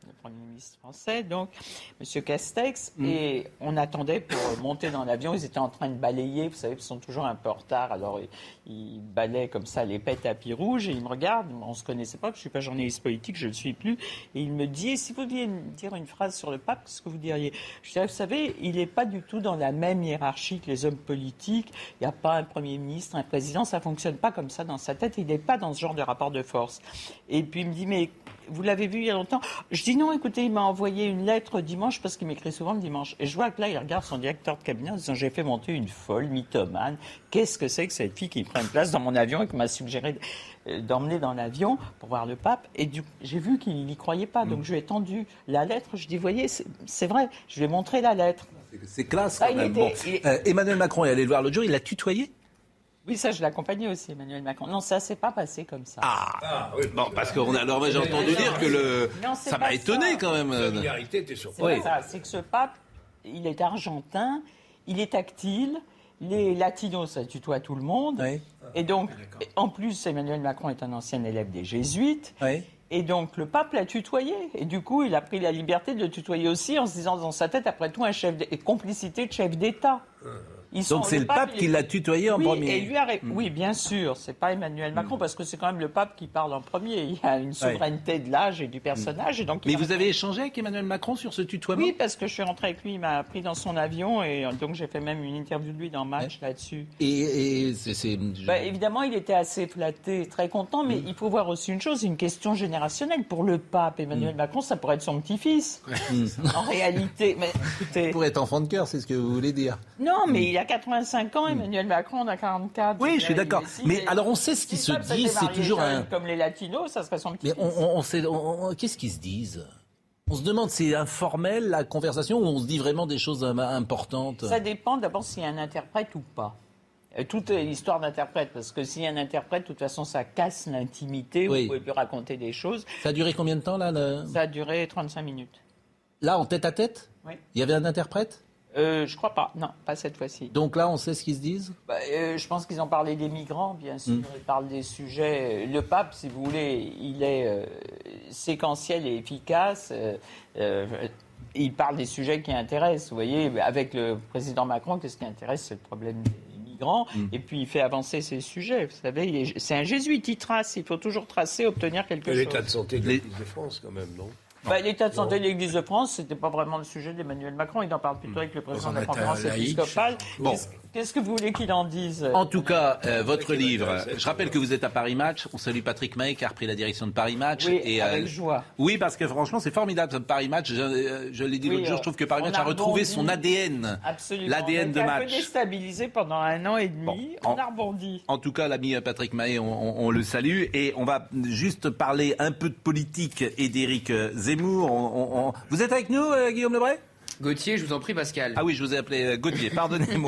le Premier ministre français, donc, M. Castex, Mm. et on attendait pour monter dans l'avion. Ils étaient en train de balayer, vous savez, ils sont toujours un peu en retard, alors ils, ils balaient comme ça les pets tapis rouges, et ils me regardent, on ne se connaissait pas, je ne suis pas journaliste politique, je ne le suis plus, et il me dit, si vous deviez dire une phrase sur le pape, qu'est-ce que vous diriez? Je dis, vous savez, il n'est pas du tout dans la même hiérarchie que les hommes politiques, il n'y a pas un Premier ministre, un président, ça ne fonctionne pas comme ça dans sa tête, il n'est pas dans ce genre de rapport de force. Et puis il me dit, mais vous l'avez vu il y a longtemps? Je dis non, écoutez, il m'a envoyé une lettre dimanche parce qu'il m'écrit souvent le dimanche. Et je vois que là, il regarde son directeur de cabinet en disant, j'ai fait monter une folle mythomane. Qu'est-ce que c'est que cette fille qui prend place dans mon avion et qui m'a suggéré d'emmener dans l'avion pour voir le pape? Et du, j'ai vu qu'il n'y croyait pas. Donc je lui ai tendu la lettre. Je dis, voyez, c'est, c'est vrai. Je lui ai montré la lettre. C'est classe Ah, quand il même. était- Bon. il- Euh, Emmanuel Macron est allé le voir l'autre jour, il l'a tutoyé. Oui, ça, je l'accompagnais aussi, Emmanuel Macron. Non, ça s'est pas passé comme ça. Ah, oui, bon, parce qu'on a, alors moi, j'ai entendu dire que le, Non, c'est ça pas m'a étonné ça. quand même. La familiarité était sur C'est pas ça, c'est que ce pape, il est argentin, il est tactile, les latinos, ça tutoie tout le monde. Et donc, en plus, Emmanuel Macron est un ancien élève des jésuites. Et donc, le pape l'a tutoyé. Et du coup, il a pris la liberté de le tutoyer aussi en se disant dans sa tête, après tout, un chef de... et complicité de chef d'État. Ils sont- Donc c'est le pape il qui est- l'a tutoyé en Oui, premier. et lui a ré- Mm. Oui, bien sûr, c'est pas Emmanuel Macron, parce que c'est quand même le pape qui parle en premier. Il y a une souveraineté de l'âge et du personnage. Et donc, Mais il a- vous avez échangé avec Emmanuel Macron sur ce tutoiement? Oui, parce que je suis rentré avec lui, il m'a pris dans son avion, et donc j'ai fait même une interview de lui dans Match là-dessus. Et, et c'est, c'est- Bah, évidemment, il était assez flatté, très content, mais il faut voir aussi une chose, une question générationnelle. Pour le pape, Emmanuel Macron, ça pourrait être son petit-fils. En réalité, mais écoutez... Pour être enfant de cœur, c'est ce que vous voulez dire. Non, mais il a quatre-vingt-cinq ans, Emmanuel Macron en a quarante-quatre. Oui, je suis Il est- d'accord. si, Mais il- alors on sait ce qu'ils si se le pape s'était disent, c'est marié toujours jeune un... Comme les latinos, ça serait son Mais petit-fils. on, on, on sait, on- on- qu'est-ce qu'ils se disent? On se demande, c'est informel la conversation ou on se dit vraiment des choses euh, importantes? Ça dépend d'abord s'il y a un interprète ou pas. Euh, Toute est l'histoire d'interprète, parce que s'il y a un interprète, de toute façon, ça casse l'intimité, Oui. vous pouvez plus raconter des choses. Ça a duré combien de temps là le- Ça a duré trente-cinq minutes. Là, en tête à tête? Oui. Il y avait un interprète? Euh, je crois pas, non, pas cette fois-ci. Donc là, on sait ce qu'ils se disent? Bah, euh, je pense qu'ils ont parlé des migrants, bien sûr. Mm. Ils parlent des sujets. Le pape, si vous voulez, il est euh, séquentiel et efficace. Euh, euh, il parle des sujets qui intéressent. Vous voyez, avec le président Macron, qu'est-ce qui intéresse? C'est le problème des migrants. Mm. Et puis, il fait avancer ces sujets. Vous savez, il est- c'est un jésuite, il trace. Il faut toujours tracer, obtenir quelque chose. L'état de santé de l'Église de France, quand même, non? Bah, l'état de santé de l'Église de France, c'était pas vraiment le sujet d'Emmanuel Macron. Il en parle plutôt avec le président de la État conférence laïque. épiscopale. Bon. Qu'est-ce, qu'est-ce que vous voulez qu'il en dise? En tout cas, euh, votre livre, je rappelle que vous êtes à Paris Match. On salue Patrick Mahé qui a repris la direction de Paris Match. Oui, et, avec joie. Oui, parce que franchement, c'est formidable, Paris Match. Je, euh, je l'ai dit Oui, l'autre jour, euh, je trouve que Paris on Match a a retrouvé rebondi. son A D N. Absolument. L'A D N on de était un peu Match. déstabilisé pendant un an et demi. Bon, on a rebondi. En tout cas, l'ami Patrick Mahé, on, on- on le salue. Et on va juste parler un peu de politique et d'Éric Zemmour. On- on- on- Vous êtes avec nous, euh, Guillaume Lebray ? Gauthier, je vous en prie, Pascal. Ah oui, je vous ai appelé euh, Gauthier, pardonnez-moi.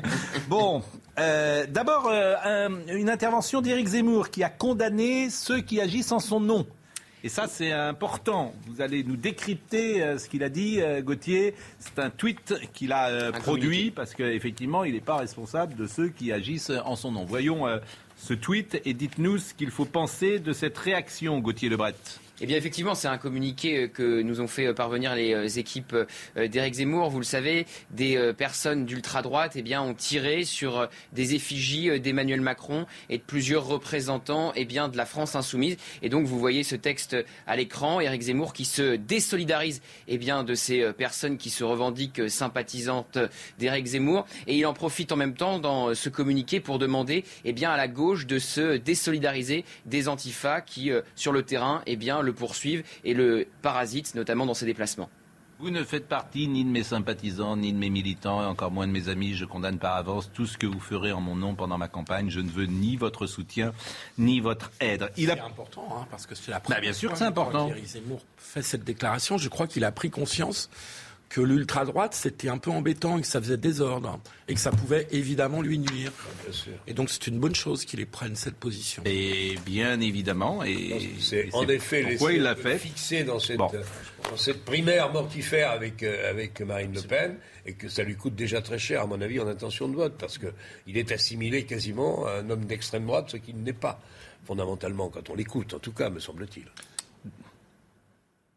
Bon, euh, d'abord, euh, un- une intervention d'Éric Zemmour qui a condamné ceux qui agissent en son nom. Et ça, c'est important. Vous allez nous décrypter euh, ce qu'il a dit, euh, Gauthier. C'est un tweet qu'il a euh, produit, communiqué. parce qu'effectivement, il n'est pas responsable de ceux qui agissent en son nom. Voyons euh, ce tweet et dites-nous ce qu'il faut penser de cette réaction, Gauthier Lebret. Eh bien, effectivement, c'est un communiqué euh, que nous ont fait euh, parvenir les euh, équipes euh, d'Éric Zemmour. Vous le savez, des euh, personnes d'ultra-droite eh bien, ont tiré sur euh, des effigies euh, d'Emmanuel Macron et de plusieurs représentants eh bien, de la France insoumise. Et donc, vous voyez ce texte à l'écran, Éric Zemmour qui se désolidarise eh bien, de ces euh, personnes qui se revendiquent euh, sympathisantes d'Éric Zemmour. Et il en profite en même temps dans euh, ce communiqué pour demander eh bien, à la gauche de se désolidariser des antifas qui, euh, sur le terrain, eh bien, le poursuivent et le parasitent, notamment dans ses déplacements. Vous ne faites partie ni de mes sympathisants, ni de mes militants, et encore moins de mes amis. Je condamne par avance tout ce que vous ferez en mon nom pendant ma campagne. Je ne veux ni votre soutien, ni votre aide. Il a... C'est important, hein, parce que c'est la Bah, première bien sûr que fois c'est important. qu'Éric Zemmour fait cette déclaration. Je crois qu'il a pris conscience que l'ultra-droite, c'était un peu embêtant et que ça faisait désordre et que ça pouvait évidemment lui nuire. Et donc c'est une bonne chose qu'il prenne cette position. Et bien évidemment. Et C'est et en c'est effet pourquoi laissé il l'a fait. fixé dans cette, Bon. dans cette primaire mortifère avec, euh, avec Marine Le Pen et que ça lui coûte déjà très cher, à mon avis, en intention de vote, parce qu'il est assimilé quasiment à un homme d'extrême droite, ce qu'il n'est pas, fondamentalement, quand on l'écoute, en tout cas, me semble-t-il.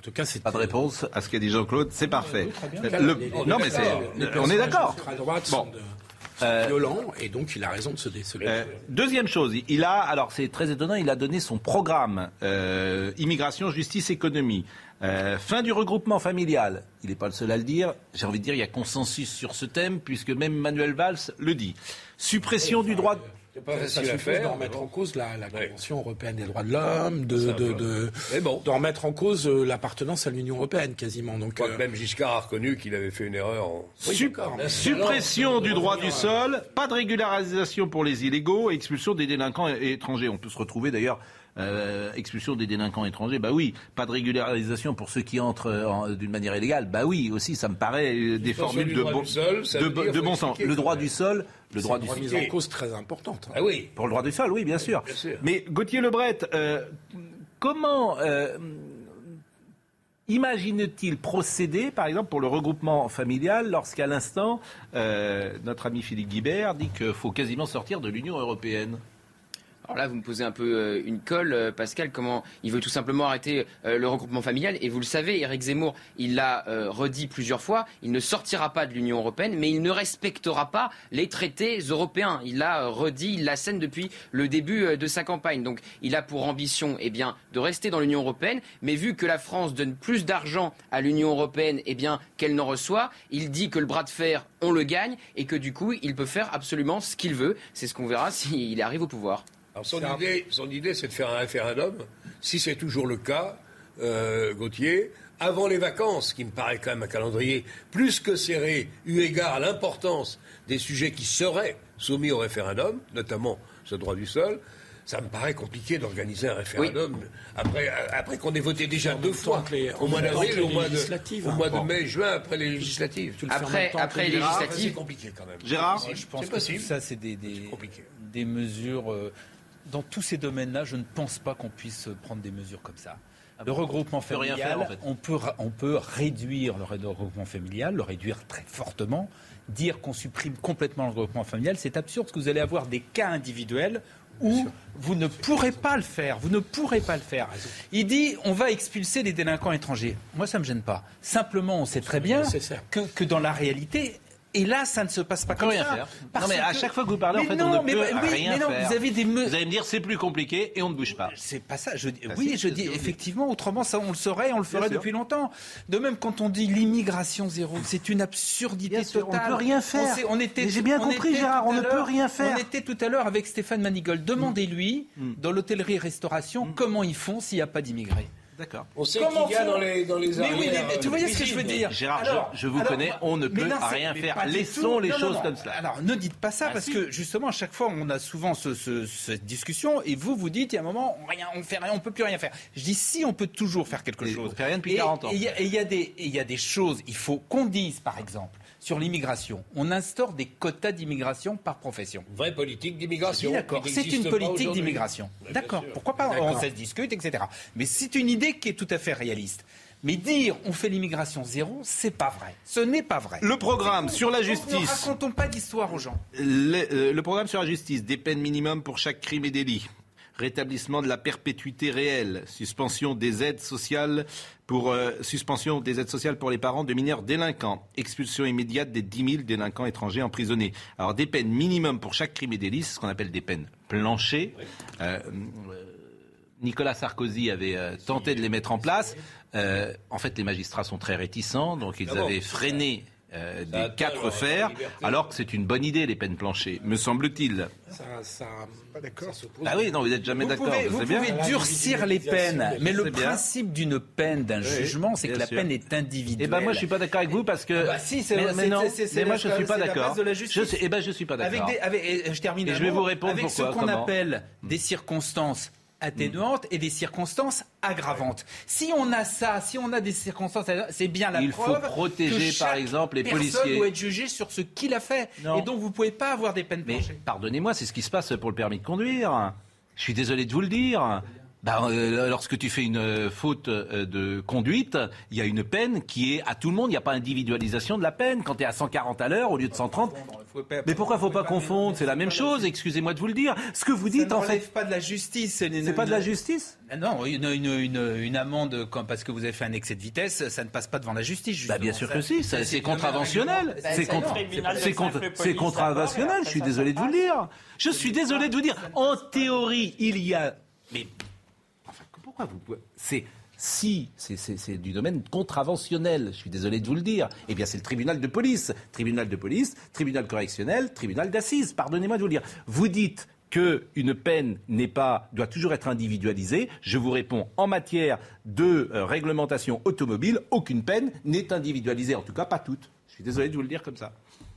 En tout cas, c'est pas de réponse à ce qu'a dit Jean-Claude, c'est parfait. Le... Le... Les, non, les mais c'est... les on est d'accord. À droite bon. sont de... Euh, violent, et donc il a raison de se déceler. Euh, deuxième chose, il a, alors c'est très étonnant, il a donné son programme euh, immigration, justice, économie. Euh, fin du regroupement familial. Il n'est pas le seul à le dire. J'ai envie de dire, il y a consensus sur ce thème, puisque même Manuel Valls le dit. Suppression du droit. C'est pas ça facile à faire. De remettre en cause la, la Convention européenne des droits de l'homme, de, Ça, de, de, bon. de remettre en cause euh, l'appartenance à l'Union européenne, quasiment. Donc, euh... même Giscard a reconnu qu'il avait fait une erreur. En... Oui, Sup- suppression du droit du sol, pas de régularisation pour les illégaux, expulsion des délinquants étrangers. On peut se retrouver d'ailleurs. Euh, expulsion des délinquants étrangers, bah oui. Pas de régularisation pour ceux qui entrent en, d'une manière illégale, bah oui. Aussi, ça me paraît euh, des formules de bon, sol, de, de, de bon sens. Le droit du sol, le droit du sol. C'est une mise en cause très importante. Ah oui. Pour le droit du sol, oui, bien sûr. Bien sûr. Mais Gauthier Lebret, euh, comment euh, imagine-t-il procéder, par exemple, pour le regroupement familial, lorsqu'à l'instant, euh, notre ami Philippe Guibert dit qu'il faut quasiment sortir de l'Union européenne? Alors là, vous me posez un peu euh, une colle, euh, Pascal. Comment il veut tout simplement arrêter euh, le regroupement familial. Et vous le savez, Éric Zemmour, il l'a euh, redit plusieurs fois, il ne sortira pas de l'Union européenne, mais il ne respectera pas les traités européens. Il l'a euh, redit, il l'assène depuis le début euh, de sa campagne. Donc il a pour ambition eh bien, de rester dans l'Union européenne, mais vu que la France donne plus d'argent à l'Union européenne eh bien, qu'elle n'en reçoit, il dit que le bras de fer, on le gagne, et que du coup, il peut faire absolument ce qu'il veut. C'est ce qu'on verra s'il arrive au pouvoir. Alors son, idée, son idée, c'est de faire un référendum, si c'est toujours le cas, euh, Gauthier, avant les vacances, qui me paraît quand même un calendrier plus que serré, eu égard à l'importance des sujets qui seraient soumis au référendum, notamment ce droit du sol. Ça me paraît compliqué d'organiser un référendum oui. après, après qu'on ait voté déjà deux fois, les, au mois d'avril, au mois de, au mois de mai, juin, après les législatives. Après, après les législatives, c'est compliqué quand même. Gérard, je pense que tout ça, c'est des, des, des mesures... Euh, Dans tous ces domaines-là, je ne pense pas qu'on puisse prendre des mesures comme ça. Le regroupement familial, faire, en fait. on, peut, on peut réduire le regroupement familial, le réduire très fortement. Dire qu'on supprime complètement le regroupement familial, c'est absurde parce que vous allez avoir des cas individuels où vous ne pourrez pas le faire. Vous ne pourrez pas le faire. Il dit on va expulser les délinquants étrangers. Moi, ça ne me gêne pas. Simplement, on sait très bien que, que dans la réalité... Et là, ça ne se passe pas on comme peut rien ça. Faire. Non, mais à que... chaque fois que vous parlez, mais en fait, non, on ne mais peut bah, oui, rien mais non, faire. Vous, avez des me... vous allez me dire, c'est plus compliqué et on ne bouge pas. C'est pas ça. Je... Ah, oui, si, je dis effectivement, autrement, ça, on le saurait, on le ferait depuis longtemps. De même, quand on dit l'immigration zéro, c'est une absurdité bien totale. Sûr, on ne peut rien faire. On, on était, j'ai bien compris, Gérard, on ne peut rien faire. On était tout à l'heure avec Stéphane Manigold. Demandez-lui, mm. dans l'hôtellerie-restauration, mm. comment ils font s'il n'y a pas d'immigrés. D'accord. On sait qu'il y a dans les, dans les mais oui, mais, mais tu voyez ce que je veux dire. Gérard, alors, je, je vous alors, connais, on ne peut non, rien faire. Laissons les non, choses non, non. comme cela. Alors, ne dites pas ça, ah, parce si. que justement, à chaque fois, on a souvent ce, ce, cette discussion, et vous, vous dites, il y a un moment, rien, on fait rien, on peut plus rien faire. Je dis, si, on peut toujours faire quelque et chose. On fait rien depuis et, quarante ans. Et il y, y, y a des choses, il faut qu'on dise, par exemple, sur l'immigration. On instaure des quotas d'immigration par profession. Une vraie politique d'immigration. D'accord, c'est une politique d'immigration. D'accord, pourquoi pas, on se discute, et cetera. Mais c'est une idée qui est tout à fait réaliste. Mais dire on fait l'immigration zéro, c'est pas vrai. Ce n'est pas vrai. Le programme sur la justice. Ne racontons pas d'histoire aux gens. Le, euh, le programme sur la justice, des peines minimum pour chaque crime et délit. Rétablissement de la perpétuité réelle, suspension des aides sociales pour euh, suspension des aides sociales pour les parents de mineurs délinquants, expulsion immédiate des dix mille délinquants étrangers emprisonnés. Alors des peines minimum pour chaque crime et délit, c'est ce qu'on appelle des peines planchées. Euh, Nicolas Sarkozy avait euh, tenté de les mettre en place. Euh, en fait, les magistrats sont très réticents, donc ils avaient freiné euh, des quatre fers, alors que c'est une bonne idée, les peines planchées, me semble-t-il. Ça, ça, pas d'accord. Ah oui, non, vous n'êtes jamais vous d'accord. Pouvez, vous vous pouvez bien durcir les peines, mais le bien. principe d'une peine, d'un oui, jugement, c'est que la sûr. peine est individuelle. Eh ben moi, je suis pas d'accord avec vous parce que. Ah bah si, c'est, mais, c'est, mais non, c'est, c'est, mais moi, c'est je suis pas la d'accord. De la justice. Je, eh ben, je suis pas d'accord. Avec des, avec, je termine. Et je vais vous répondre avec pourquoi. ce qu'on comment appelle des circonstances atténuantes et des circonstances aggravantes. Si on a ça, si on a des circonstances atténuantes, c'est bien la Il preuve faut protéger, que par exemple, les policiers. Personne doit être jugé sur ce qu'il a fait. Non. Et donc, vous ne pouvez pas avoir des peines planchées. Mais pardonnez-moi, c'est ce qui se passe pour le permis de conduire. Je suis désolé de vous le dire. Bah, euh, lorsque tu fais une euh, faute euh, de conduite, il y a une peine qui est à tout le monde. Il n'y a pas individualisation de la peine. Quand tu es à cent quarante à l'heure au lieu de cent trente, Mais pourquoi faut pas confondre? C'est la même chose, excusez-moi de vous le dire. Ce que vous dites, en fait... C'est pas de la justice. C'est une... pas de la justice? Non, une, une, une, une amende quand, parce que vous avez fait un excès de vitesse, ça ne passe pas devant la justice. Bah bien sûr que si, ça, c'est contraventionnel. C'est contre, c'est contre, c'est contraventionnel, je suis désolé de vous le dire. Je suis désolé de vous dire. En théorie, il y a... Mais... Enfin, pourquoi vous... C'est... Si c'est, c'est, c'est du domaine contraventionnel, je suis désolé de vous le dire, eh bien c'est le tribunal de police. Tribunal de police, tribunal correctionnel, tribunal d'assises, pardonnez-moi de vous le dire. Vous dites qu'une peine n'est pas, doit toujours être individualisée. Je vous réponds, en matière de euh, réglementation automobile, aucune peine n'est individualisée, en tout cas pas toute. Je suis désolé de vous le dire comme ça.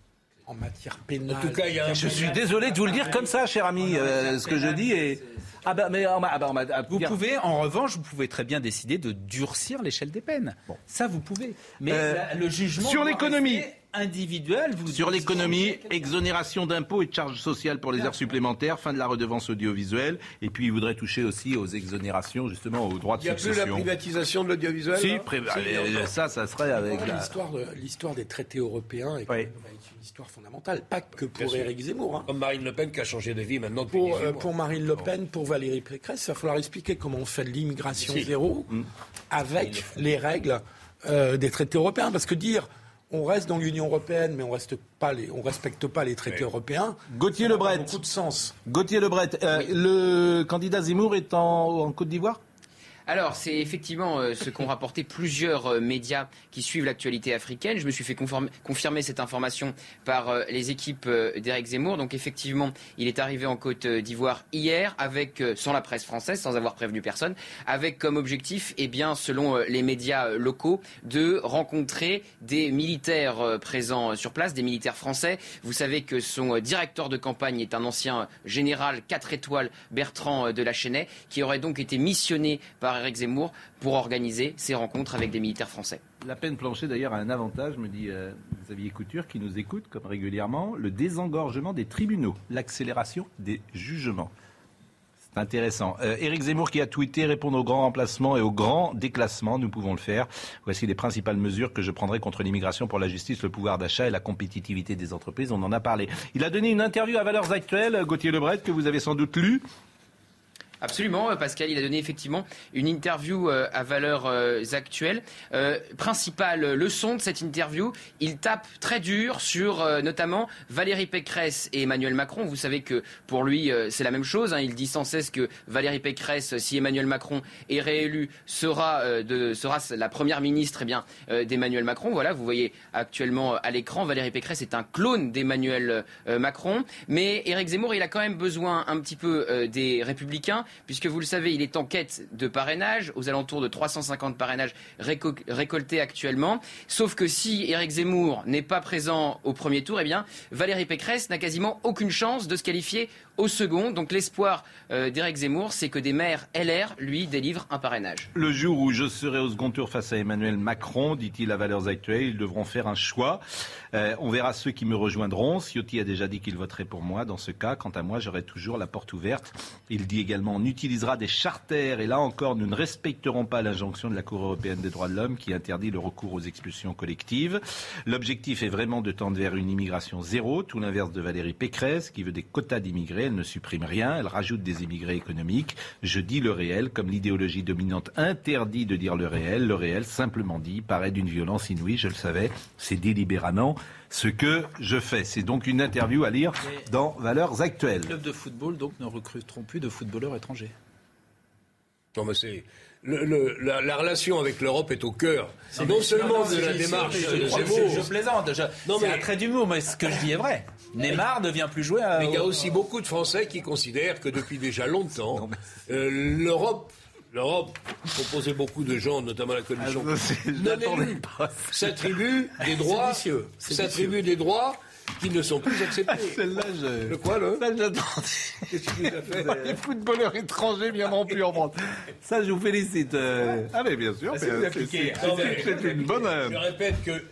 En matière pénale. En tout cas, il y a un je suis désolé de vous le dire comme ça, cher ami. Euh, ce que je dis est... Ah ben, mais ah ben, ah ben, vous pouvez, en revanche, vous pouvez très bien décider de durcir l'échelle des peines. Bon. Ça, vous pouvez. Mais euh, la, le jugement sur l'économie individuel, vous sur l'économie, exonération d'impôts et de charges sociales pour les heures supplémentaires, fin de la redevance audiovisuelle, et puis il voudrait toucher aussi aux exonérations, justement, aux droits de succession. Il n'y a plus la privatisation de l'audiovisuel. Si, pré- si euh, ça, ça serait avec la... l'histoire, de, l'histoire des traités européens est, oui. est une histoire fondamentale, pas que pour Éric Zemmour. Hein. Comme Marine Le Pen qui a changé de vie maintenant. Pour, euh, pour Marine Le Pen, pour Valérie Pécresse, il va falloir expliquer comment on fait de l'immigration si. zéro mmh. avec les règles euh, des traités européens, parce que dire on reste dans l'Union européenne, mais on reste pas les, on respecte pas les traités oui. européens. Gauthier Lebret, beaucoup de sens. Gauthier Lebret, euh, oui. le candidat Zemmour est en, en Côte d'Ivoire. Alors, c'est effectivement euh, ce qu'ont rapporté plusieurs euh, médias qui suivent l'actualité africaine. Je me suis fait conformer, confirmer cette information par euh, les équipes euh, d'Éric Zemmour. Donc, effectivement, il est arrivé en Côte d'Ivoire hier, avec, euh, sans la presse française, sans avoir prévenu personne, avec comme objectif, eh bien, selon euh, les médias euh, locaux, de rencontrer des militaires euh, présents euh, sur place, des militaires français. Vous savez que son euh, directeur de campagne est un ancien euh, général quatre étoiles, Bertrand euh, de la Chênaie, qui aurait donc été missionné par Éric Zemmour pour organiser ces rencontres avec des militaires français. La peine planchée d'ailleurs a un avantage, me dit euh, Xavier Couture qui nous écoute comme régulièrement, le désengorgement des tribunaux, l'accélération des jugements. C'est intéressant. Euh, Éric Zemmour qui a tweeté répondre aux grands remplacements et aux grands déclassements, nous pouvons le faire. Voici les principales mesures que je prendrai contre l'immigration pour la justice, le pouvoir d'achat et la compétitivité des entreprises. On en a parlé. Il a donné une interview à Valeurs Actuelles, Gauthier Lebret, que vous avez sans doute lu. Absolument, Pascal, il a donné effectivement une interview euh, à Valeurs euh, Actuelles. Euh, principale leçon de cette interview, il tape très dur sur euh, notamment Valérie Pécresse et Emmanuel Macron. Vous savez que pour lui, euh, c'est la même chose. Hein. Il dit sans cesse que Valérie Pécresse, si Emmanuel Macron est réélu, sera, euh, de, sera la première ministre eh bien, euh, d'Emmanuel Macron. Voilà, vous voyez actuellement à l'écran, Valérie Pécresse est un clone d'Emmanuel euh, Macron. Mais Éric Zemmour, il a quand même besoin un petit peu euh, des Républicains, puisque vous le savez, il est en quête de parrainage, aux alentours de trois cent cinquante parrainages réco- récoltés actuellement. Sauf que si Éric Zemmour n'est pas présent au premier tour, eh bien, Valérie Pécresse n'a quasiment aucune chance de se qualifier au second. Donc l'espoir euh, d'Éric Zemmour, c'est que des maires L R lui délivrent un parrainage. Le jour où je serai au second tour face à Emmanuel Macron, dit-il à Valeurs Actuelles, ils devront faire un choix. Euh, on verra ceux qui me rejoindront. Ciotti a déjà dit qu'il voterait pour moi. Dans ce cas, quant à moi, j'aurai toujours la porte ouverte. Il dit également on utilisera des charters. Et là encore, nous ne respecterons pas l'injonction de la Cour européenne des droits de l'homme qui interdit le recours aux expulsions collectives. L'objectif est vraiment de tendre vers une immigration zéro, tout l'inverse de Valérie Pécresse qui veut des quotas d'immigrés. Elle ne supprime rien, elle rajoute des immigrés économiques. Je dis le réel, comme l'idéologie dominante interdit de dire le réel. Le réel, simplement dit, paraît d'une violence inouïe, je le savais, c'est délibérément ce que je fais. C'est donc une interview à lire dans Valeurs Actuelles. Les clubs de football donc ne recruteront plus de footballeurs étrangers. Non mais c'est... Le, le, la, la relation avec l'Europe est au cœur. C'est non seulement de la démarche de Zemmour. Je, je plaisante. Je, non, c'est mais, un trait d'humour, mais ce que je dis est vrai. Neymar ne vient plus jouer à... Mais il y a aussi beaucoup de Français qui considèrent que depuis déjà longtemps, non, mais... euh, l'Europe... L'Europe, composée beaucoup de gens, notamment la Commission, ah, s'attribue des droits, s'attribue des droits qui ne sont plus acceptés. Celle-là, je... Le quoi, là? Ça, j'attendais. Qu'est-ce que tu as fait? Les footballeurs étrangers viendront plus en France. Ça, je vous félicite. Euh... Ah, mais bien sûr. C'est, c'est, c'est, c'est, c'est une bonne... Je répète que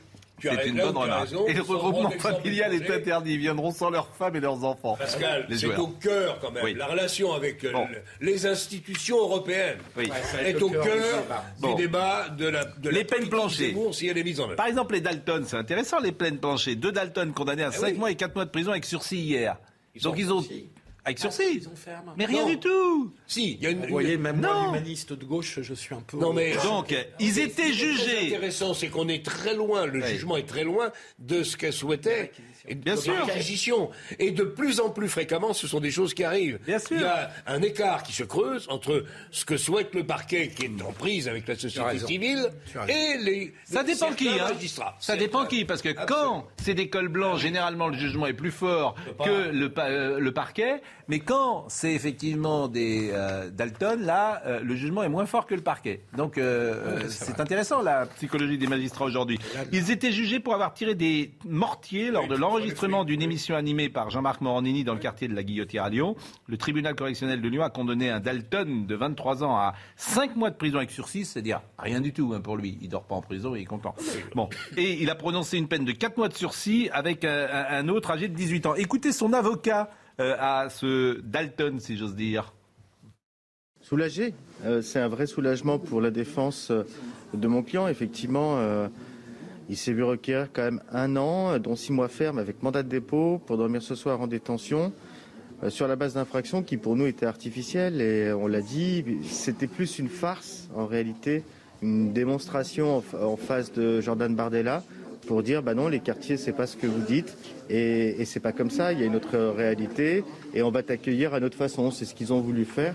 Tu as C'est une là bonne où tu as remarque. raison, Et le sans regroupement prendre d'exemple familial est étranger. interdit. Ils viendront sans leurs femmes et leurs enfants. Pascal, Les c'est joueurs. au cœur quand même. Oui. La relation avec euh, Bon. le- les institutions européennes Oui. est au cœur du Bon. débat de la de Les la peines politique planchées. Zemmour, si elle est mise en œuvre. Par exemple, les Dalton, c'est intéressant, les peines planchées. Deux Dalton condamnés à Eh cinq oui. mois et quatre mois de prison avec sursis hier. Ils Donc sont ils ont... sursis. Avec sursis. Ils ont ferme. Mais rien Non. du tout. Si, il y a une. Vous voyez, même Non. moi, l'humaniste de gauche, je suis un peu... Non mais Donc, ils étaient Ce qui est jugés. très intéressant, c'est qu'on est très loin, le Oui. jugement est très loin de ce qu'elle souhaitait. Et de Bien sûr. l'acquisition. Et de plus en plus fréquemment, ce sont des choses qui arrivent. Bien sûr. Il y a un écart qui se creuse entre ce que souhaite le parquet, qui est en prise avec la société raison. civile, Tu as raison. et les Ça dépend qui, certains hein. magistrats. Ça dépend qui, parce que quand c'est des cols blancs, généralement le jugement est plus fort que le, pa- euh, le parquet. Mais quand c'est effectivement des euh, Dalton, là, euh, le jugement est moins fort que le parquet. Donc euh, euh, c'est intéressant la psychologie des magistrats aujourd'hui. Ils étaient jugés pour avoir tiré des mortiers lors de l'enregistrement d'une émission animée par Jean-Marc Morandini dans le quartier de la Guillotière à Lyon. Le tribunal correctionnel de Lyon a condamné un Dalton de vingt-trois ans à cinq mois de prison avec sursis, c'est-à-dire rien du tout hein, pour lui. Il dort pas en prison et il est content. Bon, et il a prononcé une peine de quatre mois de sursis avec un, un- un autre âgé de dix-huit ans. Écoutez son avocat euh, à ce Dalton, si j'ose dire. Soulagé, Euh, c'est un vrai soulagement pour la défense euh, de mon client. Effectivement, euh, il s'est vu requérir quand même un an, euh, dont six mois ferme avec mandat de dépôt pour dormir ce soir en détention euh, sur la base d'infractions qui pour nous étaient artificielles. Et on l'a dit, c'était plus une farce en réalité, une démonstration en, fa- en face de Jordan Bardella pour dire bah non, les quartiers c'est pas ce que vous dites et, et c'est pas comme ça. Il y a une autre réalité et on va t'accueillir à notre façon. C'est ce qu'ils ont voulu faire.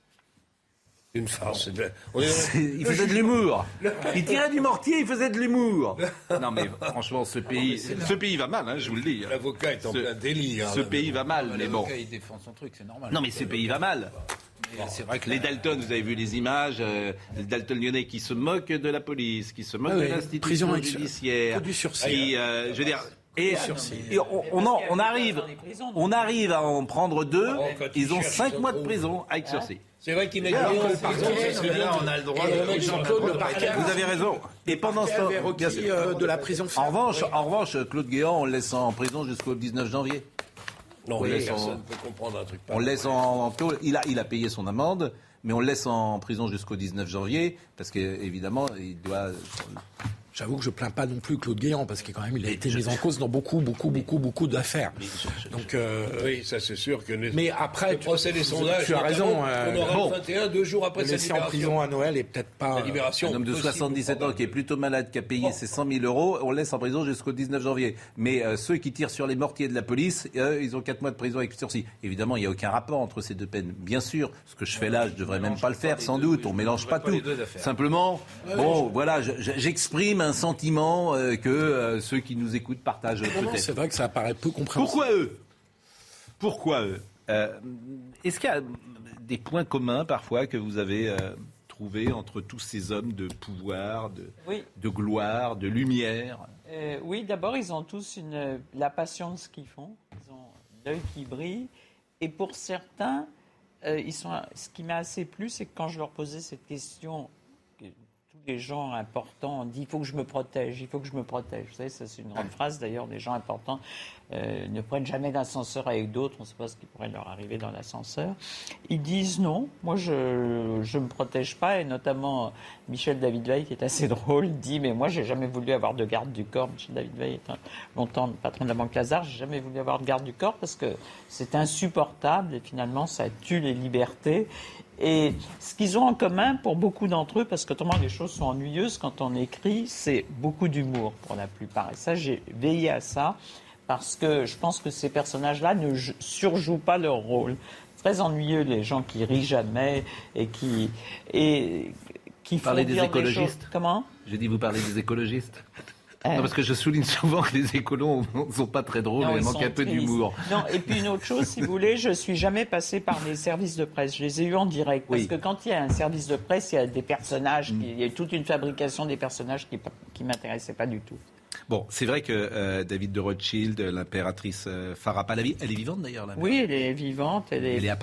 Une farce. c'est de la- on est- C'est- Il faisait de l'humour. Il tirait du mortier, il faisait de l'humour. Non mais franchement, ce pays, ce pays va mal, hein, je vous le dis. L'avocat est en Ce- plein délire. Ce là. pays va mal, mais bon. L'avocat, il défend son truc, c'est normal. Non mais ce pays va mal. C'est vrai que Les Dalton, vous avez vu les images, euh, les Dalton lyonnais qui se moquent de la police, qui se moquent Ah de oui, l'institution prison avec- judiciaire, que du sursis. qui, euh, je veux dire, et, et on, on en- on arrive, on arrive à en prendre deux. Oh, quand Ils ont cherchent, cinq ils en mois de trouvent. prison avec sursis. C'est vrai qu'il n'est Alors pas que le parquet, c'est bien. on a le droit Et de- le mec, Jean-Claude, Jean-Claude, le parquet, Vous avez raison. Et pendant ce temps, avait bien requis sûr. euh, de la prison En ferme. revanche, en revanche, Claude Guéant, on le laisse en prison jusqu'au dix-neuf janvier. Non, On mais laisse personne en- ne peut comprendre un truc On le laisse en, en tôle. Il a, il a payé son amende, mais on le laisse en prison jusqu'au dix-neuf janvier, parce qu'évidemment, il doit... J'avoue que je plains pas non plus Claude Guéant, parce qu'il quand même, il a été mis en cause dans beaucoup, beaucoup, beaucoup, beaucoup d'affaires. Donc, euh, Oui, ça c'est sûr que les- mais après, le procès des sondages, tu as raison. notamment, euh, on aura bon, le vingt et un, deux jours après le sa laisser en libération. prison à Noël est peut-être pas. La libération. Un homme de possible, soixante-dix-sept ans qui est plutôt malade, qui a payé Bon. ses cent mille euros, on le laisse en prison jusqu'au dix-neuf janvier. Mais euh, ceux qui tirent sur les mortiers de la police, euh, ils ont quatre mois de prison avec sursis. Évidemment, il n'y a aucun rapport entre ces deux peines. Bien sûr, ce que je fais là, je ne devrais même pas le faire, sans doute. On ne mélange pas tout. Simplement, bon, voilà, je- je- j'exprime un sentiment euh, que euh, ceux qui nous écoutent partagent Non, non, peut-être. c'est vrai que ça paraît peu compréhensible. Pourquoi eux Pourquoi eux Euh, Est-ce qu'il y a des points communs parfois que vous avez euh, trouvés entre tous ces hommes de pouvoir, de, Oui. de gloire, de lumière? Euh, oui, d'abord, ils ont tous une, la passion de ce qu'ils font. Ils ont l'œil qui brille. Et pour certains, euh, ils sont, ce qui m'a assez plu, c'est que quand je leur posais cette question, que tous les gens importants ont dit « il faut que je me protège, il faut que je me protège ». Vous savez, ça c'est une grande phrase d'ailleurs, des gens importants euh, ne prennent jamais d'ascenseur avec d'autres, on ne sait pas ce qui pourrait leur arriver dans l'ascenseur. Ils disent non, moi je ne me protège pas, et notamment Michel David-Veil, qui est assez drôle, dit mais moi j'ai jamais voulu avoir de garde du corps. Michel David-Veil est un, longtemps le patron de la Banque Lazare, j'ai jamais voulu avoir de garde du corps parce que c'est insupportable et finalement ça tue les libertés. Et ce qu'ils ont en commun pour beaucoup d'entre eux, parce qu'autrement les choses sont ennuyeuses quand on écrit, c'est beaucoup d'humour pour la plupart. Et ça, j'ai veillé à ça, parce que je pense que ces personnages-là ne j- surjouent pas leur rôle. Très ennuyeux les gens qui rient jamais et qui et qui Vous parlez font des dire écologistes. des choses. Comment? J'ai dit vous parlez des écologistes. Euh. Non, parce que je souligne souvent que les écolos ne sont pas très drôles, Non, et ils manquent sont un peu tristes. d'humour. Non, et puis une autre chose, si vous voulez, je suis jamais passée par les services de presse. Je les ai eus en direct. Parce Oui. que quand il y a un service de presse, il y a des personnages, qui- il y a toute une fabrication des personnages qui ne m'intéressaient pas du tout. Bon, c'est vrai que euh, David de Rothschild, l'impératrice euh, Farah Pahlavi, elle est vivante d'ailleurs là. Oui, elle est vivante. Elle est, Elle est à Paris.